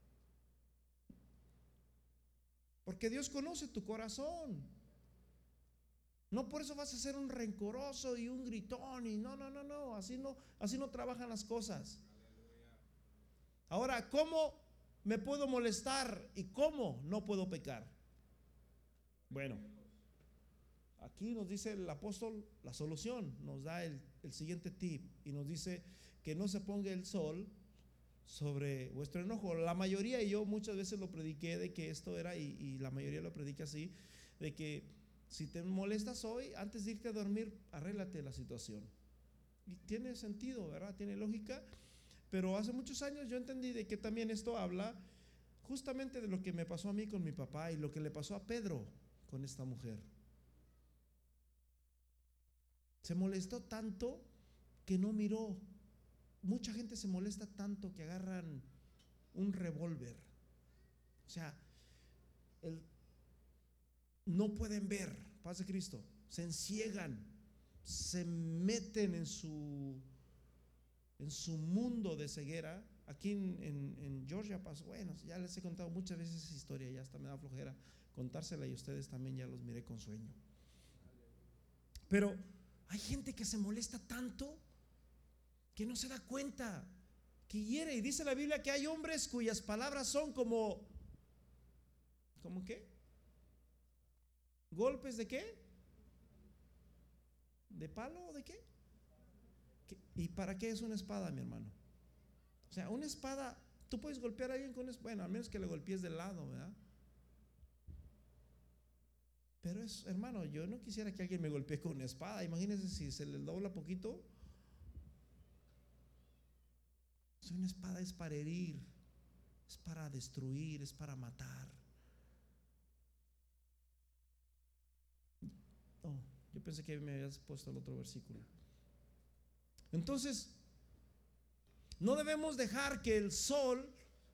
Porque Dios conoce tu corazón. No por eso vas a ser un rencoroso y un gritón y no, no, no, no, así no, así no trabajan las cosas. Ahora, ¿cómo me puedo molestar y cómo no puedo pecar? Bueno, aquí nos dice el apóstol la solución, nos da el, el siguiente tip y nos dice que no se ponga el sol sobre vuestro enojo. La mayoría, y yo muchas veces lo prediqué de que esto era, y, y la mayoría lo predica así, de que si te molestas hoy, antes de irte a dormir, arréglate la situación. Y tiene sentido, ¿verdad? Tiene lógica. Pero hace muchos años yo entendí de que también esto habla justamente de lo que me pasó a mí con mi papá y lo que le pasó a Pedro con esta mujer. Se molestó tanto que no miró. Mucha gente se molesta tanto que agarran un revólver. O sea, el, no pueden ver, paz de Cristo, se enciegan, se meten en su en su mundo de ceguera. Aquí en, en, en Georgia pasó, bueno, ya les he contado muchas veces esa historia, ya hasta me da flojera contársela y ustedes también ya los miré con sueño. Pero hay gente que se molesta tanto que no se da cuenta, que hiere. Y dice la Biblia que hay hombres cuyas palabras son como, ¿cómo qué? ¿Golpes de qué? ¿De palo o de qué? ¿Qué? ¿Y para qué es una espada, mi hermano? O sea, una espada, tú puedes golpear a alguien con espada, bueno, a menos que le golpees de lado, ¿verdad? Pero es, hermano, yo no quisiera que alguien me golpee con una espada. Imagínense si se le dobla poquito. Si una espada es para herir, es para destruir, es para matar. Oh, yo pensé que me habías puesto el otro versículo. Entonces, no debemos dejar que el sol,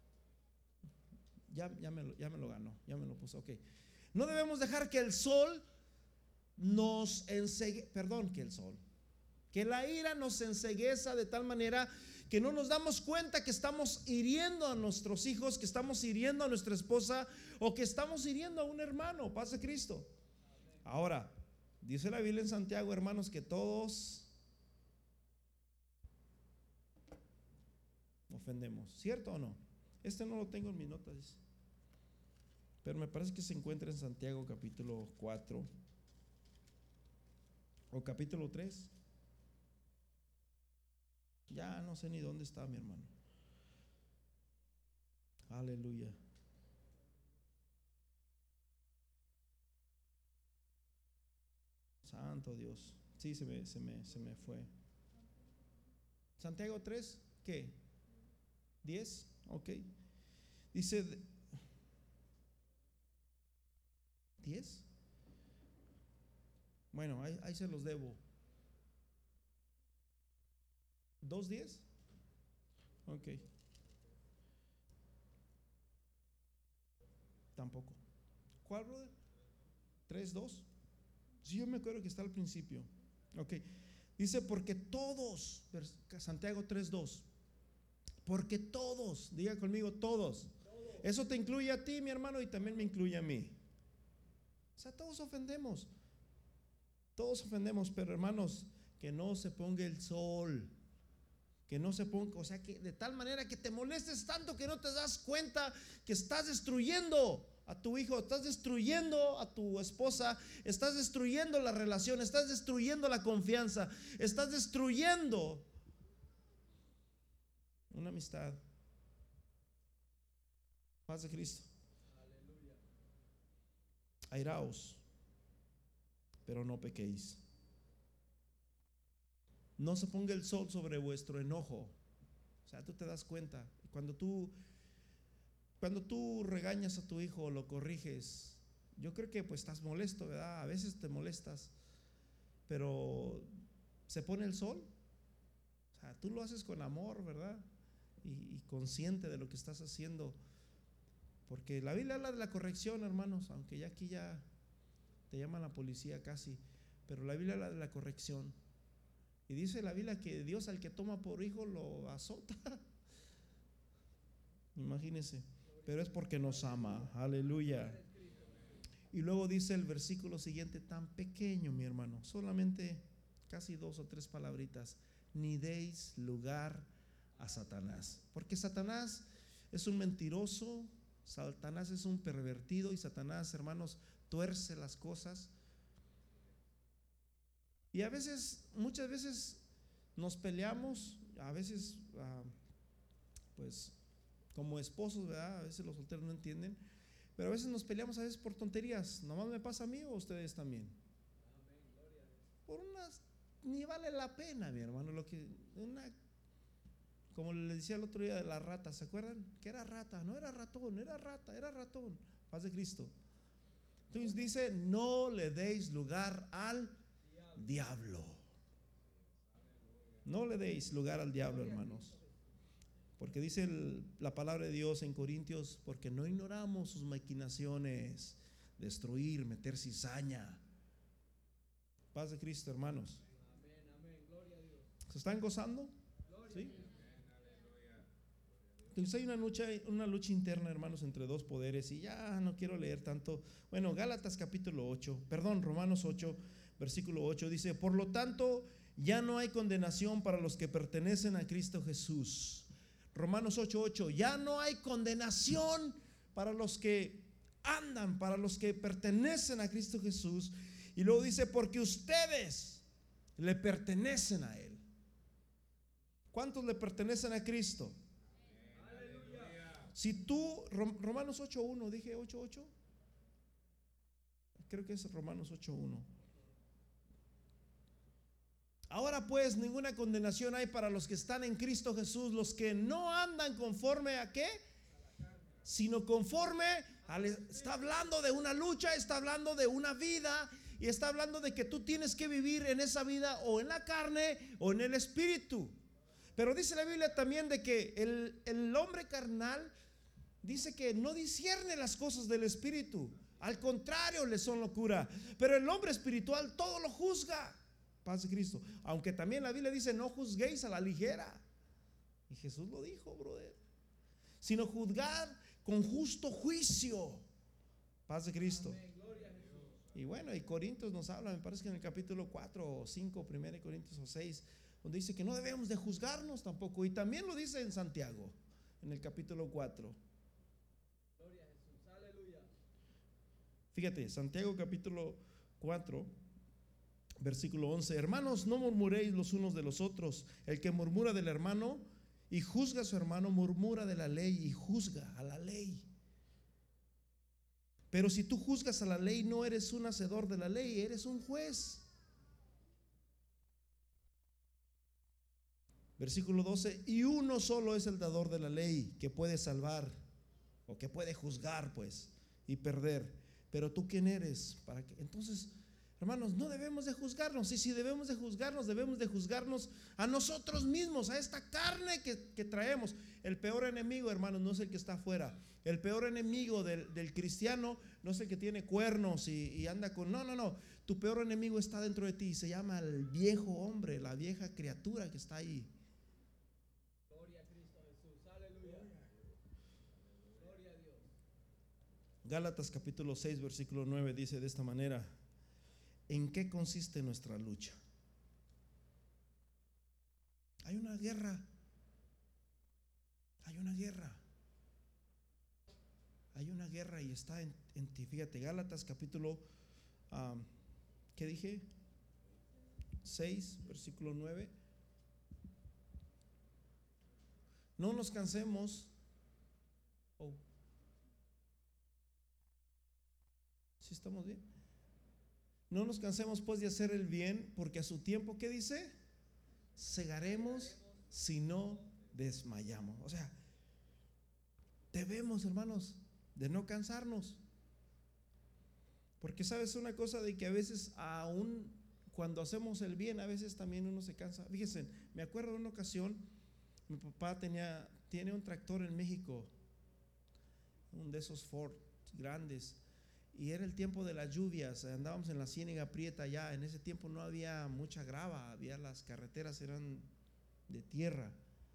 ya, ya, me, lo, ya me lo ganó, ya me lo puso, ok. No debemos dejar que el sol nos ensegue, perdón, que el sol, que la ira nos encegueza de tal manera que no nos damos cuenta que estamos hiriendo a nuestros hijos, que estamos hiriendo a nuestra esposa o que estamos hiriendo a un hermano, paz de Cristo. Ahora, dice la Biblia en Santiago, hermanos, que todos ofendemos, ¿cierto o no? Este no lo tengo en mis notas, pero me parece que se encuentra en Santiago capítulo cuatro o capítulo tres. Ya no sé ni dónde está, mi hermano. Aleluya. Santo Dios. Sí, se me, se me, se me fue. Santiago tres, ¿qué? diez, ok. Dice diez. Bueno, ahí, ahí se los debo. ¿dos diez? Ok. Tampoco. ¿Cuál, brother? ¿tres dos? Sí, yo me acuerdo que está al principio. Ok. Dice, porque todos, Santiago tres dos, porque todos, diga conmigo, todos. Eso te incluye a ti, mi hermano, y también me incluye a mí. O sea, todos ofendemos. Todos ofendemos, pero hermanos, que no se ponga el sol. Que no se ponga, o sea, que de tal manera que te molestes tanto que no te das cuenta que estás destruyendo a tu hijo, estás destruyendo a tu esposa, estás destruyendo la relación, estás destruyendo la confianza, estás destruyendo una amistad. Paz de Cristo. Airaos, pero no pequéis. No se ponga el sol sobre vuestro enojo. O sea, tú te das cuenta. Cuando tú, cuando tú regañas a tu hijo o lo corriges, yo creo que pues estás molesto, ¿verdad? A veces te molestas, pero se pone el sol. O sea, tú lo haces con amor, ¿verdad? Y, y consciente de lo que estás haciendo. Porque la Biblia habla de la corrección, hermanos, aunque ya aquí ya te llaman la policía casi, pero la Biblia habla de la corrección. Y dice la Biblia que Dios al que toma por hijo lo azota. Imagínense, pero es porque nos ama. Aleluya. Y luego dice el versículo siguiente, tan pequeño, mi hermano, solamente casi dos o tres palabritas: ni deis lugar a Satanás. Porque Satanás es un mentiroso, Satanás es un pervertido, y Satanás, hermanos, tuerce las cosas. Y a veces, muchas veces nos peleamos, a veces uh, pues como esposos, ¿verdad? A veces los solteros no entienden, pero a veces nos peleamos a veces por tonterías. ¿Nomás me pasa a mí o a ustedes también? Por unas, ni vale la pena, mi hermano, lo que una, como le decía el otro día de la rata, ¿se acuerdan? Que era rata, no era ratón, era rata, era ratón. Paz de Cristo. Entonces dice, no le deis lugar al diablo. No le deis lugar al diablo, hermanos. Porque dice el, la palabra de Dios en Corintios, porque no ignoramos sus maquinaciones, destruir, meter cizaña. Paz de Cristo, hermanos. ¿Se están gozando? ¿Sí? Entonces hay una lucha, una lucha interna, hermanos, entre dos poderes. Y ya no quiero leer tanto. Bueno, Gálatas capítulo ocho, perdón, Romanos ocho, versículo ocho dice, por lo tanto, ya no hay condenación para los que pertenecen a Cristo Jesús. Romanos ocho ocho, ya no hay condenación para los que andan, para los que pertenecen a Cristo Jesús. Y luego dice, porque ustedes le pertenecen a Él. ¿Cuántos le pertenecen a Cristo? Si tú, Romanos ocho uno, dije ocho ocho, creo que es Romanos ocho uno. Ahora pues ninguna condenación hay para los que están en Cristo Jesús, los que no andan conforme a qué, sino conforme al, está hablando de una lucha, está hablando de una vida, y está hablando de que tú tienes que vivir en esa vida o en la carne o en el espíritu. Pero dice la Biblia también de que el, el hombre carnal dice que no discierne las cosas del espíritu, al contrario, le son locura. Pero el hombre espiritual todo lo juzga. Paz de Cristo. Aunque también la Biblia dice, no juzguéis a la ligera. Y Jesús lo dijo, brother. Sino juzgar con justo juicio. Paz de Cristo. Y bueno, y Corintios nos habla, me parece que en el capítulo cuatro o cinco, primero Corintios o seis, donde dice que no debemos de juzgarnos tampoco. Y también lo dice en Santiago, en el capítulo cuatro. Gloria a Jesús, aleluya. Fíjate, Santiago capítulo cuatro, versículo once. Hermanos, no murmuréis los unos de los otros. El que murmura del hermano y juzga a su hermano, murmura de la ley y juzga a la ley. Pero si tú juzgas a la ley, no eres un hacedor de la ley, eres un juez. Versículo doce. Y uno solo es el dador de la ley, que puede salvar o que puede juzgar, pues, y perder. Pero tú, ¿quién eres? Para que, entonces, hermanos, no debemos de juzgarnos. Y si debemos de juzgarnos, debemos de juzgarnos a nosotros mismos, a esta carne que, que traemos. El peor enemigo, hermanos, no es el que está afuera. El peor enemigo del, del cristiano no es el que tiene cuernos y, y anda con... No, no, no. Tu peor enemigo está dentro de ti y se llama el viejo hombre, la vieja criatura que está ahí. Gloria a Cristo Jesús, aleluya. Gloria a Dios. Gálatas capítulo seis, versículo nueve dice de esta manera: ¿en qué consiste nuestra lucha? Hay una guerra. Hay una guerra. Hay una guerra y está en, en ti. Fíjate, Gálatas capítulo, um, ¿qué dije? seis, versículo nueve. No nos cansemos. Oh. ¿Sí estamos bien? No nos cansemos pues de hacer el bien, porque a su tiempo, ¿qué dice? Segaremos si no desmayamos. O sea, debemos, hermanos, de no cansarnos. Porque sabes una cosa, de que a veces aún cuando hacemos el bien, a veces también uno se cansa. Fíjense, me acuerdo de una ocasión, mi papá tenía, tiene un tractor en México un de esos Ford grandes. Y era el tiempo de las lluvias, andábamos en la Ciénega Prieta allá. En ese tiempo no había mucha grava, había, las carreteras eran de tierra.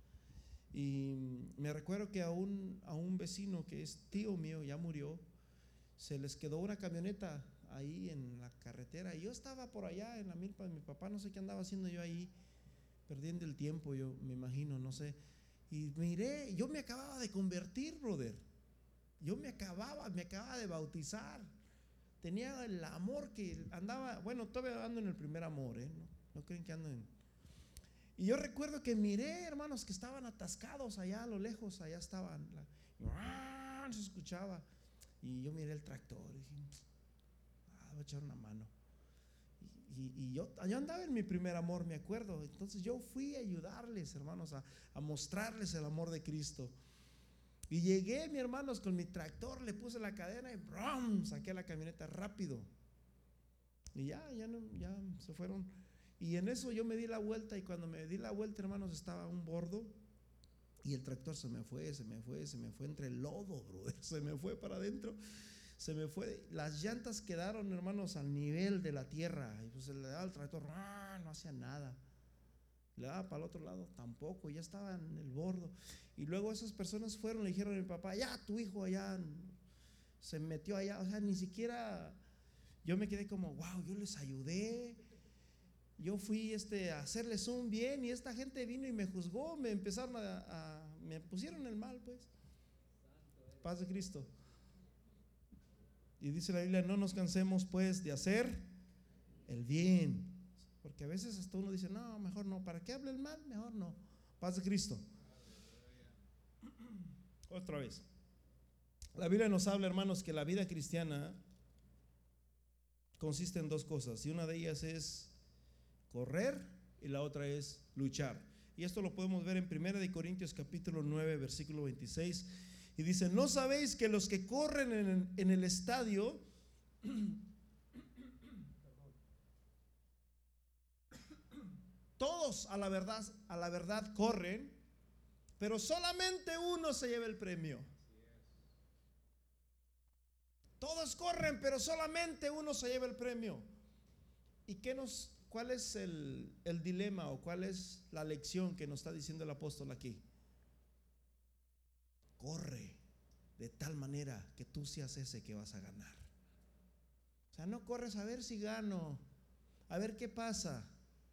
Y me recuerdo que a un, a un vecino que es tío mío, ya murió, se les quedó una camioneta ahí en la carretera. Y yo estaba por allá en la milpa de mi papá, no sé qué andaba haciendo yo ahí, perdiendo el tiempo, yo me imagino, no sé. Y miré, yo me acababa de convertir, brother. Yo me acababa, me acababa de bautizar. Tenía el amor que andaba, bueno, todavía ando en el primer amor, ¿eh? No, no creen que ando en. Y yo recuerdo que miré, hermanos, que estaban atascados allá a lo lejos, allá estaban, la, se escuchaba. Y yo miré el tractor y dije, ah, voy a echar una mano. Y, y, y yo, yo andaba en mi primer amor, me acuerdo. Entonces yo fui a ayudarles, hermanos, a, a mostrarles el amor de Cristo. Y llegué, mi hermanos, con mi tractor, le puse la cadena y ¡brum! Saqué la camioneta rápido. Y ya, ya, no, ya se fueron. Y en eso yo me di la vuelta, y cuando me di la vuelta, hermanos, estaba un bordo y el tractor se me fue, se me fue, se me fue entre el lodo, brother, se me fue para adentro, se me fue. Las llantas quedaron, hermanos, al nivel de la tierra. Y pues le daba el tractor, ¡ah! No hacía nada. Le daba para el otro lado, tampoco, ya estaba en el bordo. Y luego esas personas fueron, le dijeron a mi papá, ya tu hijo allá se metió allá. O sea, ni siquiera, yo me quedé como, wow, yo les ayudé. Yo fui este, a hacerles un bien, y esta gente vino y me juzgó, me empezaron a, a me pusieron el mal, pues. Paz de Cristo. Y dice la Biblia, no nos cansemos pues de hacer el bien. Porque a veces hasta uno dice, no, mejor no, ¿para qué hable el mal? Mejor no. Paz de Cristo. Otra vez. La Biblia nos habla, hermanos, que la vida cristiana consiste en dos cosas, y una de ellas es correr y la otra es luchar. Y esto lo podemos ver en primera de Corintios capítulo nueve, versículo veintiséis, y dice, ¿no sabéis que los que corren en, en el estadio todos a la verdad, a la verdad corren, pero solamente uno se lleva el premio? Todos corren, pero solamente uno se lleva el premio. ¿Y qué nos, cuál es el, el dilema, o cuál es la lección que nos está diciendo el apóstol aquí? Corre de tal manera que tú seas ese que vas a ganar. O sea, no corres a ver si gano, a ver qué pasa.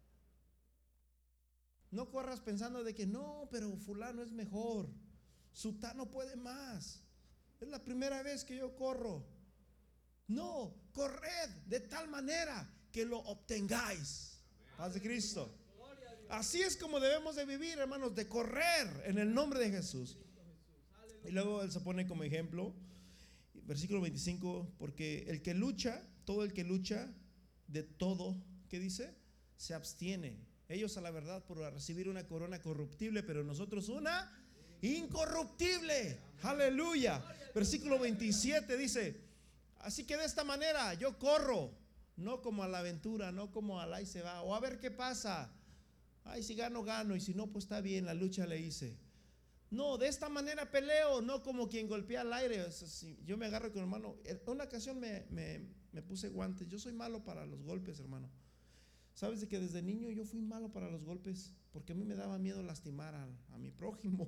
No corras pensando de que no, pero fulano es mejor, sutano puede más, es la primera vez que yo corro. No, corred de tal manera que lo obtengáis. Paz de Cristo. Así es como debemos de vivir, hermanos, de correr en el nombre de Jesús. Y luego él se pone como ejemplo, versículo veinticinco, porque el que lucha, todo el que lucha, de todo, ¿qué dice? Se abstiene. Ellos a la verdad por recibir una corona corruptible, pero nosotros una incorruptible. Aleluya. Versículo veintisiete dice, así que de esta manera yo corro, no como a la aventura, no como al ahí se va, o a ver qué pasa. Ay, si gano, gano, y si no, pues está bien, la lucha le hice. No, de esta manera peleo, no como quien golpea al aire. Yo me agarro con el hermano. En una ocasión me, me, me puse guantes. Yo soy malo para los golpes, hermano. Sabes de que desde niño yo fui malo para los golpes, porque a mí me daba miedo lastimar a, a mi prójimo.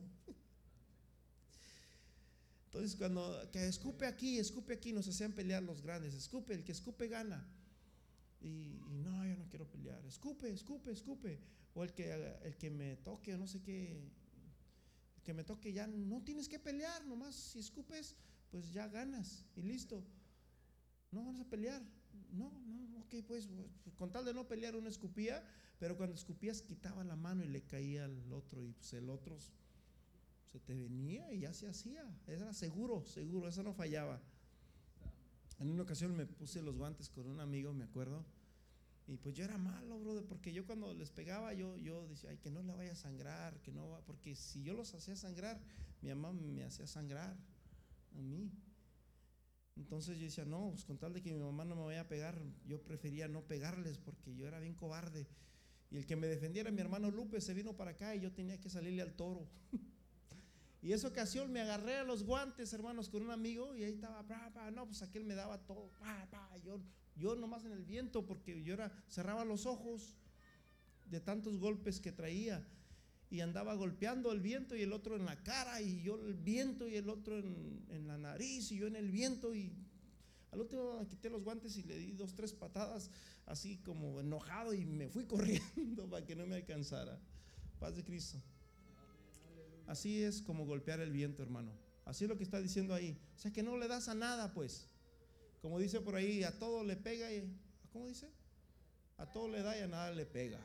Entonces cuando que escupe aquí, escupe aquí, nos hacían pelear los grandes. Escupe, el que escupe gana. Y, y no, yo no quiero pelear. Escupe, escupe, escupe. O el que, el que me toque, o no sé qué, el que me toque, ya no tienes que pelear, nomás si escupes, pues ya ganas y listo. No vas a pelear. No, no, ok, pues con tal de no pelear uno escupía, pero cuando escupías quitaba la mano y le caía al otro, y pues el otro se te venía y ya se hacía. Era seguro, seguro, eso no fallaba. En una ocasión me puse los guantes con un amigo, me acuerdo, y pues yo era malo, brother, porque yo cuando les pegaba, yo, yo decía, ay, que no le vaya a sangrar, que no va, porque si yo los hacía sangrar, mi mamá me hacía sangrar a mí. Entonces yo decía, no, pues con tal de que mi mamá no me vaya a pegar, yo prefería no pegarles, porque yo era bien cobarde. Y el que me defendiera, mi hermano Lupe, se vino para acá y yo tenía que salirle al toro. Y esa ocasión me agarré a los guantes, hermanos, con un amigo, y ahí estaba, bah, bah, no, pues aquel me daba todo, bah, bah, yo, yo nomás en el viento, porque yo era, cerraba los ojos de tantos golpes que traía, y andaba golpeando el viento y el otro en la cara, y yo el viento y el otro en, en la nariz, y yo en el viento, y al último me quité los guantes y le di dos, tres patadas, así como enojado, y me fui corriendo para que no me alcanzara. Paz de Cristo. Así es como golpear el viento, hermano. Así es lo que está diciendo ahí. O sea que no le das a nada, pues. Como dice por ahí, a todo le pega y, ¿cómo dice? A todo le da y a nada le pega.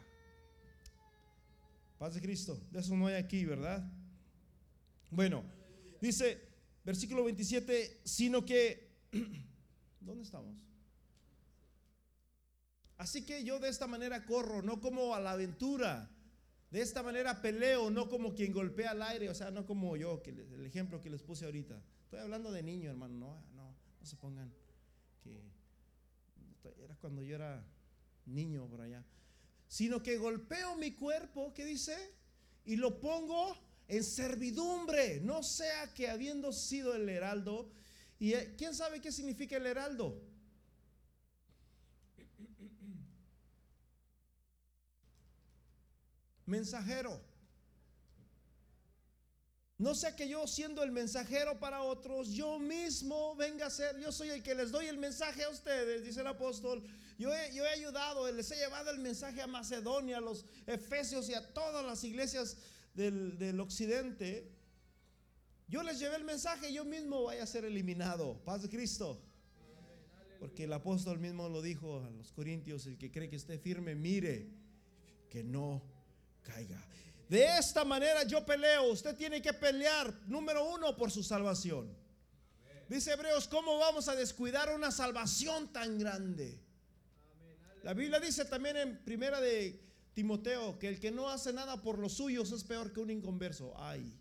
Paz de Cristo. De eso no hay aquí, ¿verdad? Bueno, dice versículo veintisiete, sino que ¿dónde estamos? Así que yo de esta manera corro, no como a la aventura. De esta manera peleo, no como quien golpea al aire, o sea, no como yo, que el ejemplo que les puse ahorita. Estoy hablando de niño, hermano, no, no, no se pongan que era cuando yo era niño por allá. Sino que golpeo mi cuerpo, ¿qué dice? Y lo pongo en servidumbre, no sea que habiendo sido el heraldo, y ¿quién sabe qué significa el heraldo? Mensajero. No sea que yo, siendo el mensajero para otros, yo mismo venga a ser, yo soy el que les doy el mensaje a ustedes, dice el apóstol. Yo he, yo he ayudado, les he llevado el mensaje a Macedonia, a los Efesios y a todas las iglesias del, del occidente. Yo les llevé el mensaje, yo mismo vaya a ser eliminado. Paz de Cristo. Porque el apóstol mismo lo dijo a los corintios: el que cree que esté firme, mire que no caiga. De esta manera yo peleo. Usted tiene que pelear, número uno, por su salvación. Dice Hebreos, ¿cómo vamos a descuidar una salvación tan grande? La Biblia dice también en primera de Timoteo que el que no hace nada por los suyos es peor que un inconverso. Ay,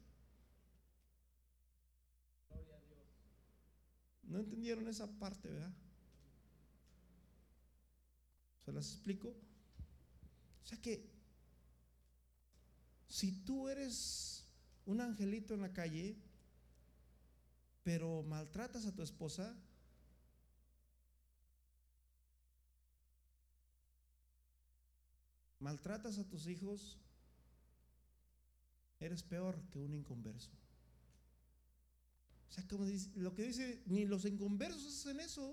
¿no entendieron esa parte, verdad? ¿Se las explico? O sea que si tú eres un angelito en la calle, pero maltratas a tu esposa, maltratas a tus hijos, eres peor que un inconverso. O sea, como dice, lo que dice, ni los inconversos hacen eso.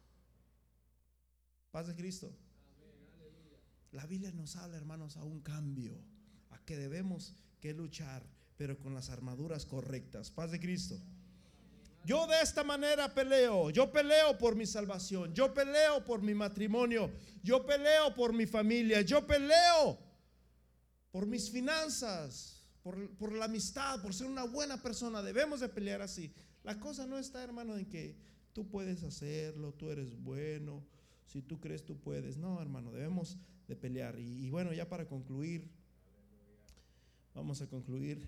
Paz de Cristo. La Biblia nos habla, hermanos, a un cambio, a que debemos que luchar, pero con las armaduras correctas. Paz de Cristo. Yo de esta manera peleo. Yo peleo por mi salvación. Yo peleo por mi matrimonio. Yo peleo por mi familia. Yo peleo por mis finanzas, por, por la amistad, por ser una buena persona. Debemos de pelear así. La cosa no está, hermano, en que tú puedes hacerlo, tú eres bueno, si tú crees tú puedes. No, hermano, debemos de pelear. Y, y bueno, ya para concluir, vamos a concluir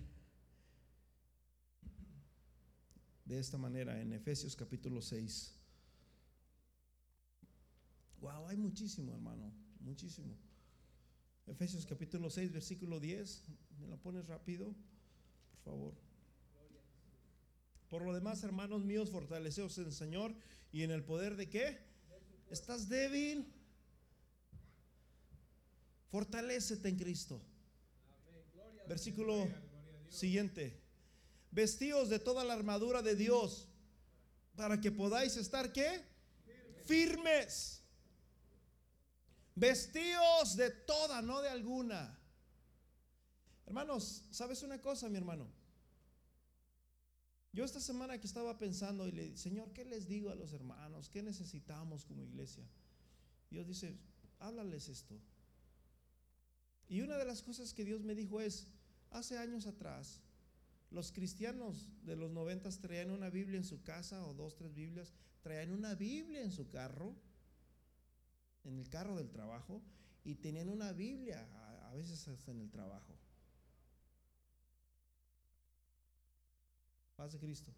de esta manera en Efesios capítulo seis. Wow, hay muchísimo, hermano, muchísimo. Efesios capítulo seis, versículo diez. ¿Me lo pones rápido, por favor? Por lo demás, hermanos míos, fortaleceos en el Señor y en el poder de ¿qué? ¿Estás débil? Fortalécete en Cristo. Versículo siguiente. Vestíos de toda la armadura de Dios para que podáis estar ¿qué? Firmes. Vestíos de toda, no de alguna. Hermanos, ¿sabes una cosa, mi hermano? Yo esta semana que estaba pensando y le dije, Señor, ¿qué les digo a los hermanos? ¿Qué necesitamos como iglesia? Dios dice, háblales esto. Y una de las cosas que Dios me dijo es, hace años atrás, los cristianos de los noventas traían una Biblia en su casa, o dos, tres Biblias, traían una Biblia en su carro, en el carro del trabajo, y tenían una Biblia a, a veces hasta en el trabajo. Paz de Cristo.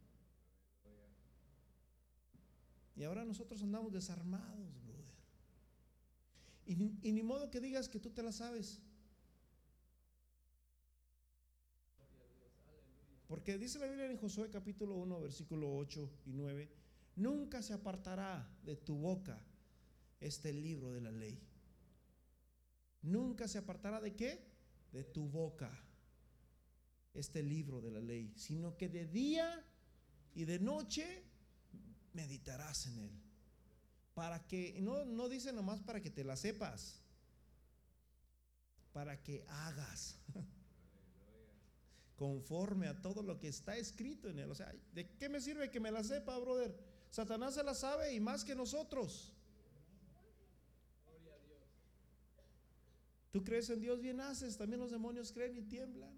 Y ahora nosotros andamos desarmados, brother. Y, y ni modo que digas que tú te la sabes. Porque dice la Biblia en Josué capítulo uno, versículo ocho y nueve: nunca se apartará de tu boca este libro de la ley. Nunca se apartará de qué? De tu boca este libro de la ley, sino que de día y de noche meditarás en él. Para que, no, no dice nomás para que te la sepas, para que hagas conforme a todo lo que está escrito en él. O sea, ¿de qué me sirve que me la sepa, brother? Satanás se la sabe y más que nosotros. Tú crees en Dios, bien haces. También los demonios creen y tiemblan.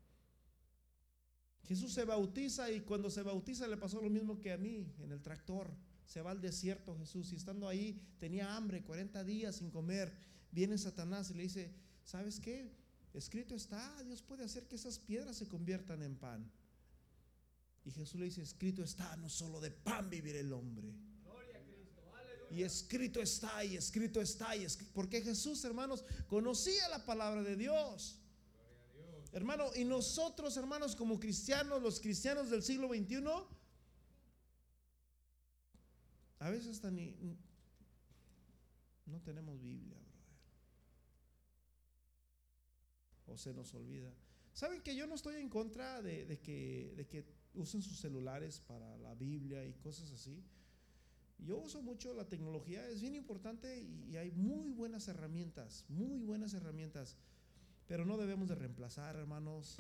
Jesús se bautiza, y cuando se bautiza le pasó lo mismo que a mí en el tractor. Se va al desierto Jesús, y estando ahí tenía hambre, cuarenta días sin comer. Viene Satanás y le dice: ¿sabes qué? Escrito está, Dios puede hacer que esas piedras se conviertan en pan. Y Jesús le dice: escrito está, no solo de pan vivirá el hombre. Gloria a Cristo, aleluya. Y escrito está, y escrito está, y escrito, porque Jesús, hermanos, conocía la palabra de Dios. Hermano, y nosotros, hermanos, como cristianos, los cristianos del siglo veintiuno, a veces hasta ni no tenemos Biblia, brother, o se nos olvida. Saben que yo no estoy en contra de, de que, de que usen sus celulares para la Biblia y cosas así. Yo uso mucho la tecnología, es bien importante, y, y hay muy buenas herramientas, muy buenas herramientas. Pero no debemos de reemplazar, hermanos,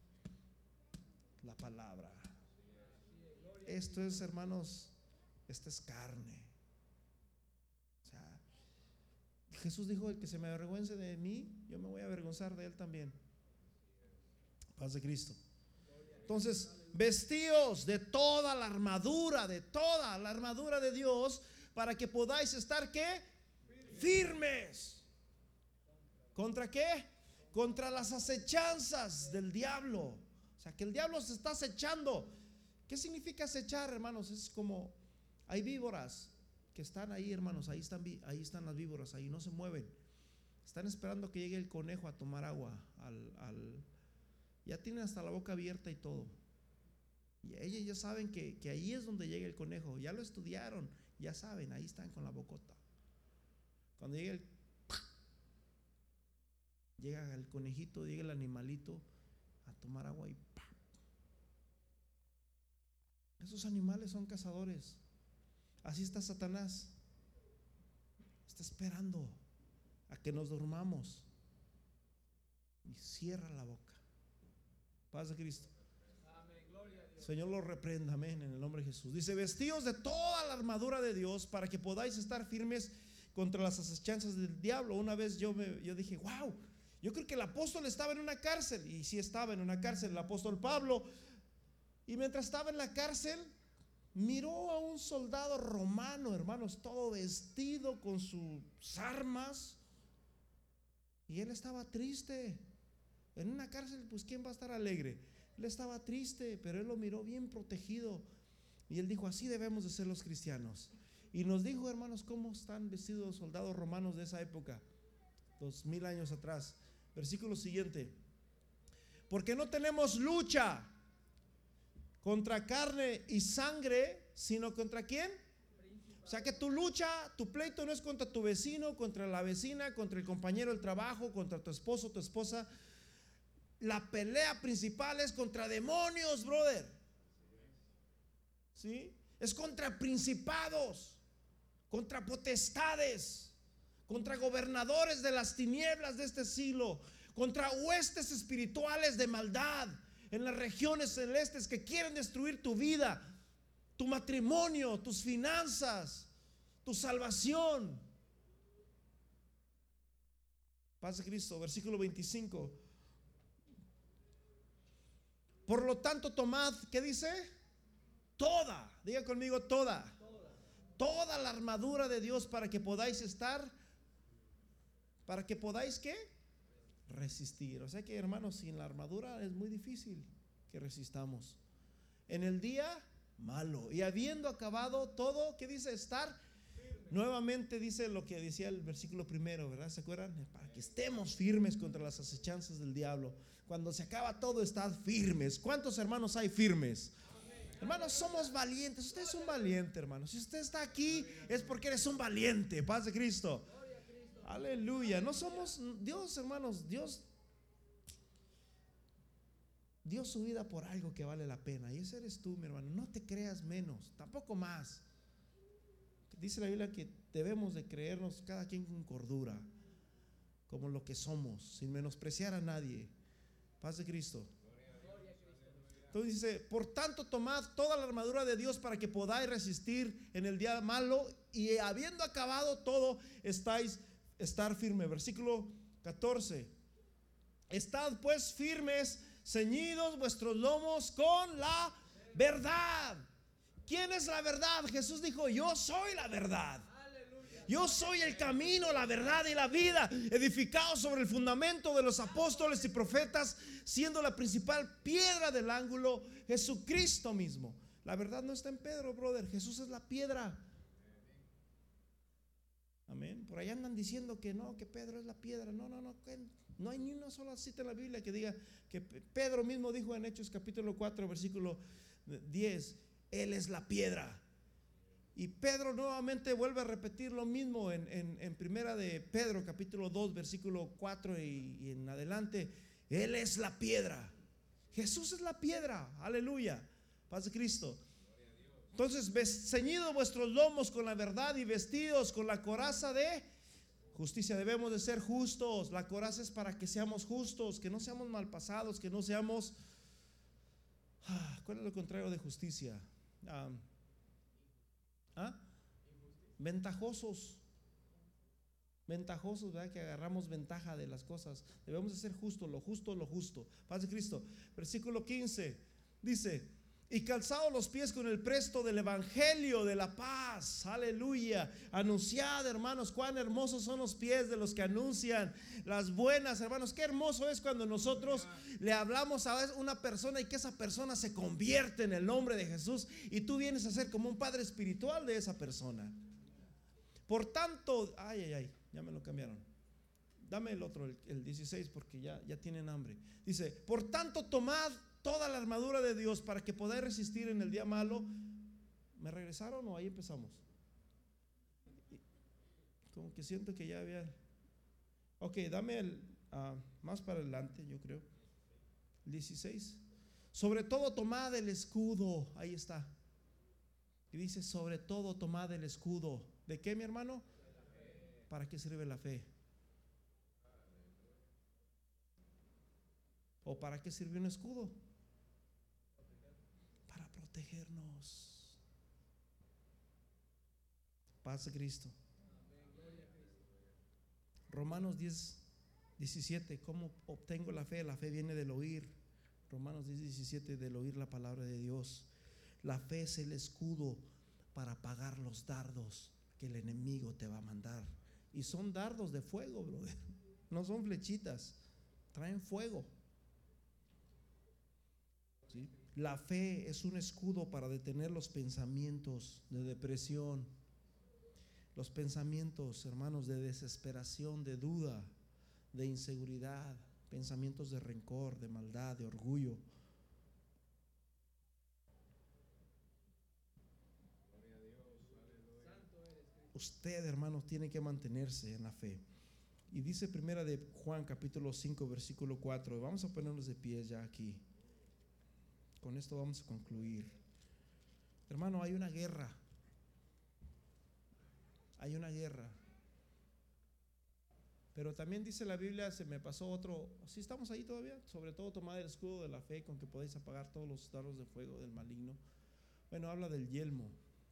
la palabra. Esto es, hermanos, esta es carne. O sea, Jesús dijo: el que se me avergüence de mí, yo me voy a avergonzar de él también. Paz de Cristo. Entonces, vestíos de toda la armadura, de toda la armadura de Dios, para que podáis estar, ¿qué? Firmes. ¿Contra qué? Contra las acechanzas del diablo. O sea, que el diablo se está acechando. ¿Qué significa acechar, hermanos? Es como, hay víboras que están ahí, hermanos. Ahí están, ahí están las víboras, ahí no se mueven. Están esperando que llegue el conejo a tomar agua. Al, al, ya tienen hasta la boca abierta y todo. Y ellos ya saben que, que ahí es donde llega el conejo. Ya lo estudiaron, ya saben, ahí están con la bocota. Cuando llegue el Llega el conejito, llega el animalito a tomar agua y ¡pam! Esos animales son cazadores. Así está Satanás. Está esperando a que nos durmamos y cierra la boca. Paz de Cristo. Amén, gloria a Dios. Señor lo reprenda, amén, en el nombre de Jesús. Dice: vestíos de toda la armadura de Dios para que podáis estar firmes contra las acechanzas del diablo. Una vez yo, me, yo dije: wow, yo creo que el apóstol estaba en una cárcel. Y sí estaba en una cárcel el apóstol Pablo. Y mientras estaba en la cárcel, miró a un soldado romano, hermanos, todo vestido con sus armas. Y él estaba triste. En una cárcel, pues ¿quién va a estar alegre? Él estaba triste, pero él lo miró bien protegido. Y él dijo: así debemos de ser los cristianos. Y nos dijo, hermanos, cómo están vestidos los soldados romanos de esa época, dos mil años atrás. Versículo siguiente: porque no tenemos lucha contra carne y sangre, sino contra ¿quién? O sea que tu lucha, tu pleito no es contra tu vecino, contra la vecina, contra el compañero del trabajo, contra tu esposo, tu esposa. La pelea principal es contra demonios, brother. ¿Sí? Es contra principados, contra potestades, contra gobernadores de las tinieblas de este siglo, contra huestes espirituales de maldad en las regiones celestes que quieren destruir tu vida, tu matrimonio, tus finanzas, tu salvación. Paz de Cristo, versículo veinticinco. Por lo tanto, tomad, ¿qué dice? Toda, diga conmigo, toda. Toda la armadura de Dios para que podáis estar, para que podáis ¿qué? Resistir. O sea que, hermanos, sin la armadura es muy difícil que resistamos. En el día malo, y habiendo acabado todo, ¿qué dice? Estar. Nuevamente dice lo que decía el versículo primero, ¿verdad? ¿Se acuerdan? Para que estemos firmes contra las acechanzas del diablo. Cuando se acaba todo, estad firmes. ¿Cuántos hermanos hay firmes? Hermanos, somos valientes. Usted es un valiente, hermano. Si usted está aquí, es porque eres un valiente. Paz de Cristo. Aleluya. No somos Dios, hermanos. Dios dio su vida por algo que vale la pena. Y ese eres tú, mi hermano. No te creas menos, tampoco más. Dice la Biblia que debemos de creernos cada quien con cordura, como lo que somos, sin menospreciar a nadie. Paz de Cristo. Entonces dice: por tanto, tomad toda la armadura de Dios para que podáis resistir en el día malo, y habiendo acabado todo, estáis estar firme. Versículo catorce. Estad pues firmes, ceñidos vuestros lomos con la verdad. ¿Quién es la verdad? Jesús dijo: yo soy la verdad. Yo soy el camino, la verdad y la vida, edificado sobre el fundamento de los apóstoles y profetas, siendo la principal piedra del ángulo Jesucristo mismo. La verdad no está en Pedro, brother. Jesús es la piedra. Amén. Por ahí andan diciendo que no, que Pedro es la piedra. No, no, no. No hay ni una sola cita en la Biblia que diga que Pedro mismo dijo en Hechos capítulo cuatro, versículo diez: Él es la piedra. Y Pedro nuevamente vuelve a repetir lo mismo en, en, en primera de Pedro capítulo dos, versículo cuatro y, y en adelante: Él es la piedra. Jesús es la piedra. Aleluya. Paz de Cristo. Entonces, ceñidos vuestros lomos con la verdad y vestidos con la coraza de justicia. Debemos de ser justos. La coraza es para que seamos justos, que no seamos malpasados, que no seamos ah, ¿cuál es lo contrario de justicia? Ah, ¿ah? Ventajosos. Ventajosos, ¿verdad? Que agarramos ventaja de las cosas. Debemos de ser justos, lo justo, lo justo. Paz de Cristo. Versículo quince dice: y calzados los pies con el presto del evangelio de la paz. Aleluya. Anunciad, hermanos, cuán hermosos son los pies de los que anuncian las buenas, hermanos. Qué hermoso es cuando nosotros le hablamos a una persona y que esa persona se convierte en el nombre de Jesús, y tú vienes a ser como un padre espiritual de esa persona. Por tanto, ay, ay, ay, ya me lo cambiaron. Dame el otro, el, el dieciséis, porque ya, ya tienen hambre. Dice: por tanto, tomad toda la armadura de Dios para que podáis resistir en el día malo. ¿Me regresaron o ahí empezamos? Como que siento que ya había. Ok, dame el uh, más para adelante, yo creo. dieciséis. Sobre todo tomad el escudo. Ahí está. Y dice: sobre todo tomad el escudo. ¿De qué, mi hermano? ¿Para qué sirve la fe? ¿O para qué sirve un escudo? Para protegernos. Paz de Cristo. Romanos diez, diecisiete. ¿Cómo obtengo la fe? La fe viene del oír. Romanos diez, diecisiete, del oír la palabra de Dios. La fe es el escudo para apagar los dardos que el enemigo te va a mandar. Y son dardos de fuego, brother. No son flechitas, traen fuego. ¿Sí? La fe es un escudo para detener los pensamientos de depresión, los pensamientos, hermanos, de desesperación, de duda, de inseguridad, pensamientos de rencor, de maldad, de orgullo. Usted, hermanos, tiene que mantenerse en la fe. Y dice primera de Juan capítulo cinco, versículo cuatro. Vamos a ponernos de pie ya aquí. Con esto vamos a concluir. Hermano, hay una guerra. Hay una guerra. Pero también dice la Biblia, se me pasó otro, ¿sí estamos ahí todavía? Sobre todo tomad el escudo de la fe con que podéis apagar todos los dardos de fuego del maligno. Bueno, habla del yelmo.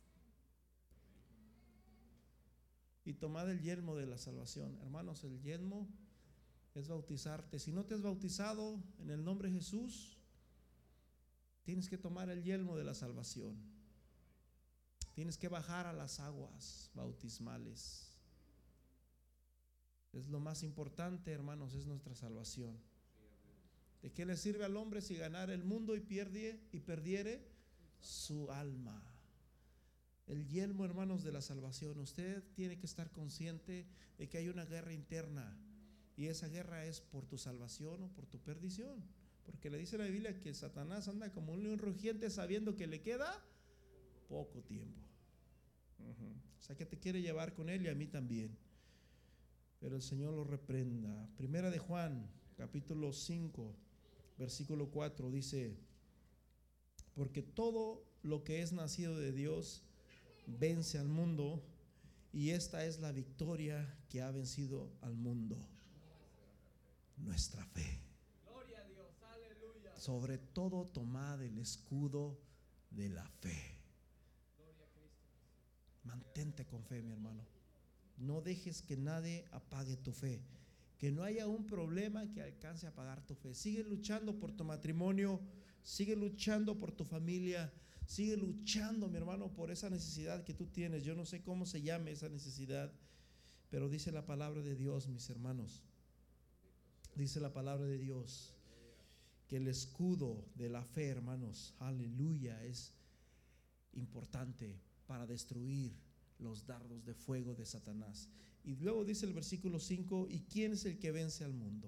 Y tomad el yelmo de la salvación. Hermanos, el yelmo es bautizarte. Si no te has bautizado en el nombre de Jesús, tienes que tomar el yelmo de la salvación. Tienes que bajar a las aguas bautismales. Es lo más importante, hermanos, es nuestra salvación. ¿De qué le sirve al hombre si ganara el mundo y pierde y perdiere su alma? El yelmo, hermanos, de la salvación. Usted tiene que estar consciente de que hay una guerra interna, y esa guerra es por tu salvación o por tu perdición, porque le dice la Biblia que Satanás anda como un león rugiente sabiendo que le queda poco tiempo. Uh-huh. O sea que te quiere llevar con él, y a mí también, pero el Señor lo reprenda. Primera de Juan capítulo cinco versículo cuatro dice: porque todo lo que es nacido de Dios vence al mundo, y esta es la victoria que ha vencido al mundo, nuestra fe. Gloria a Dios, aleluya. Sobre todo tomad el escudo de la fe. Gloria a Cristo. Mantente con fe, mi hermano. No dejes que nadie apague tu fe, que no haya un problema que alcance a apagar tu fe. Sigue luchando por tu matrimonio, sigue luchando por tu familia, sigue luchando, mi hermano, por esa necesidad que tú tienes. Yo no sé cómo se llame esa necesidad, pero dice la palabra de Dios, mis hermanos, dice la palabra de Dios que el escudo de la fe, hermanos, aleluya, es importante para destruir los dardos de fuego de Satanás. Y luego dice el versículo cinco: ¿y quién es el que vence al mundo?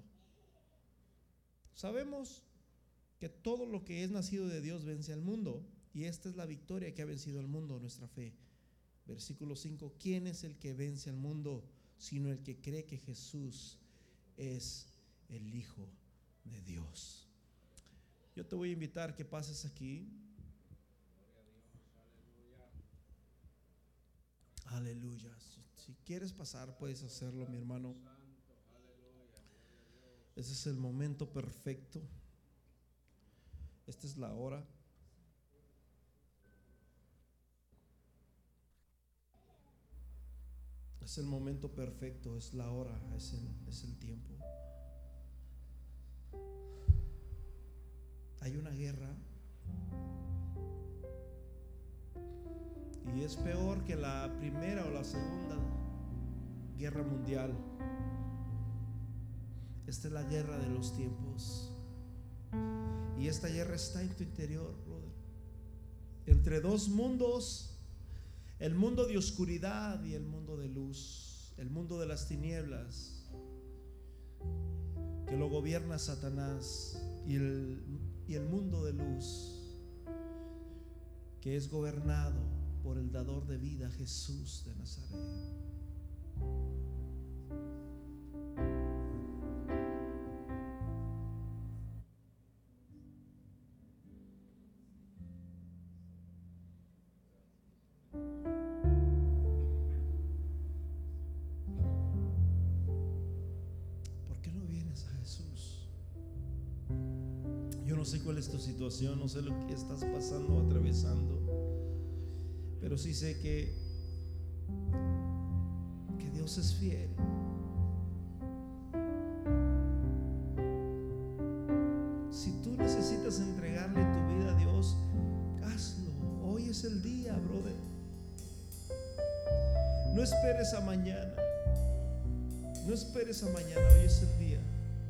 Sabemos que todo lo que es nacido de Dios vence al mundo, y esta es la victoria que ha vencido al mundo, nuestra fe. Versículo cinco: ¿quién es el que vence al mundo sino el que cree que Jesús es el Hijo de Dios? Yo te voy a invitar que pases aquí. Aleluya. Si, si quieres pasar, puedes hacerlo, mi hermano. Ese es el momento perfecto. Esta es la hora. Es el momento perfecto, es la hora, es el, es el tiempo. Hay una guerra, y es peor que la primera o la segunda guerra mundial. Esta es la guerra de los tiempos, y esta guerra está en tu interior, brother, entre dos mundos: el mundo de oscuridad y el mundo de luz, el mundo de las tinieblas, que lo gobierna Satanás, y el, y el mundo de luz, que es gobernado por el dador de vida, Jesús de Nazaret. Yo no sé cuál es tu situación, no sé lo que estás pasando o atravesando, pero sí sé que, que Dios es fiel. Si tú necesitas entregarle tu vida a Dios, hazlo. Hoy es el día, brother. No esperes a mañana. No esperes a mañana, hoy es el día.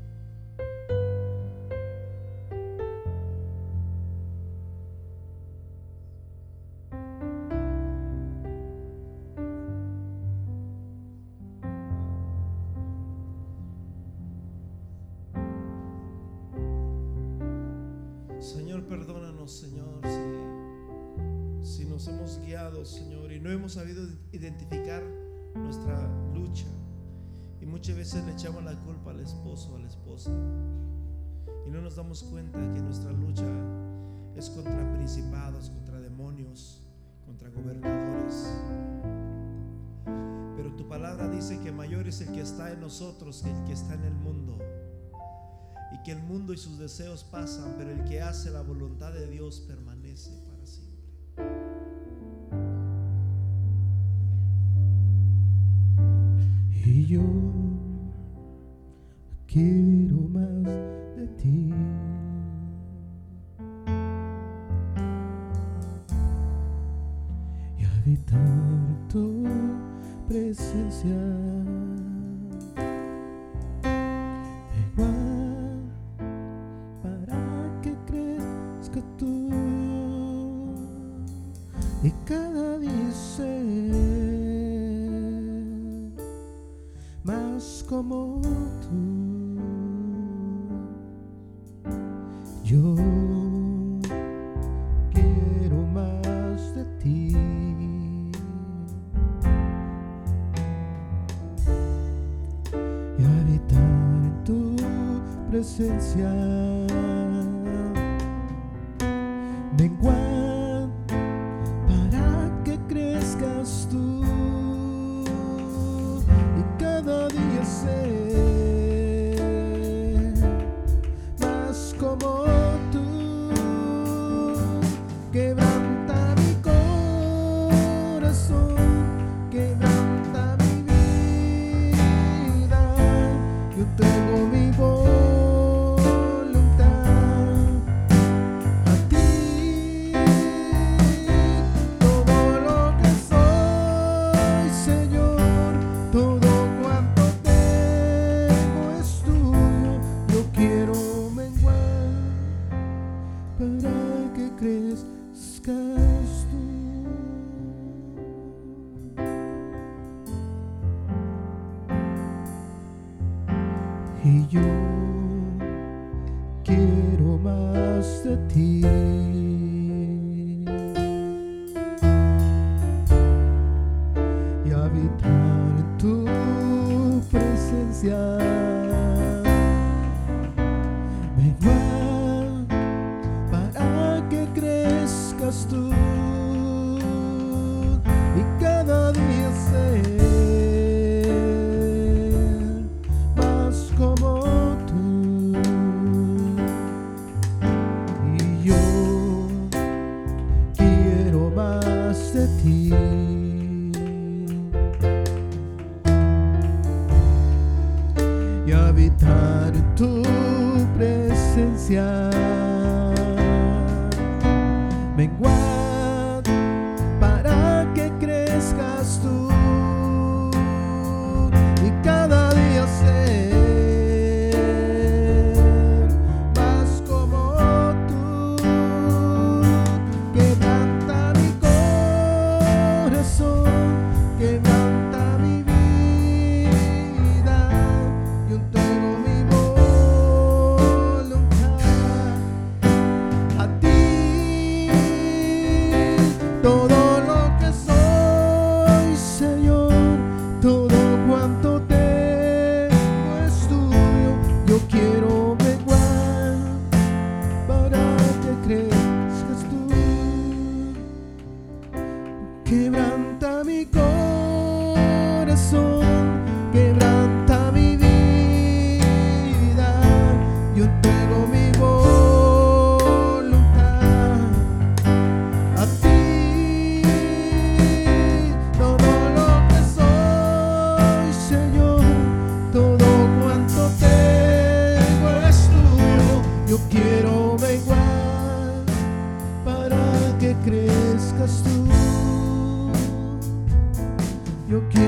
Señor, perdónanos, Señor, si, si nos hemos guiado, Señor, y no hemos sabido identificar nuestra lucha. Y muchas veces le echamos la culpa al esposo o a la esposa, y no nos damos cuenta que nuestra lucha es contra principados, contra demonios, contra gobernadores. Pero tu palabra dice que mayor es el que está en nosotros que el que está en el mundo, y que el mundo y sus deseos pasan, pero el que hace la voluntad de Dios permanece para siempre. Y yo quiero más de ti. Y habitar tu presencia. Igual para que crezca tú y cada día como tú. Yo quiero más de ti. Y habitar en tu presencia. Menguar para que crezcas tú y cada día ser más como tú. Quebranta mi corazón, quebranta mi vida. Yo tengo mi voluntad a ti. Todo lo que soy, Señor, todo cuanto tengo es tuyo. Yo quiero menguar para que crezcas tú. Y yo quiero más de ti. Y habitar en tu presencia. Menguar para que crezcas tú y cada día ser más como tú. Y yo quiero más de ti. Y habitar en tu presencia. Menguar para que crezcas tú y cada día ser más como tú. Quebranta mi corazón, quebranta mi vida. Yo tengo mi voluntad a ti. Todo lo que soy, Señor, todo cuanto tengo es tuyo. Yo quiero menguar para que crezcas tú. Quebranta mi corazón, quebranta mi vida. Yo tengo mi voluntad a ti. Todo lo que soy, Señor, todo cuanto tengo es tuyo. Yo quiero menguar para que crezcas tú. Yo quiero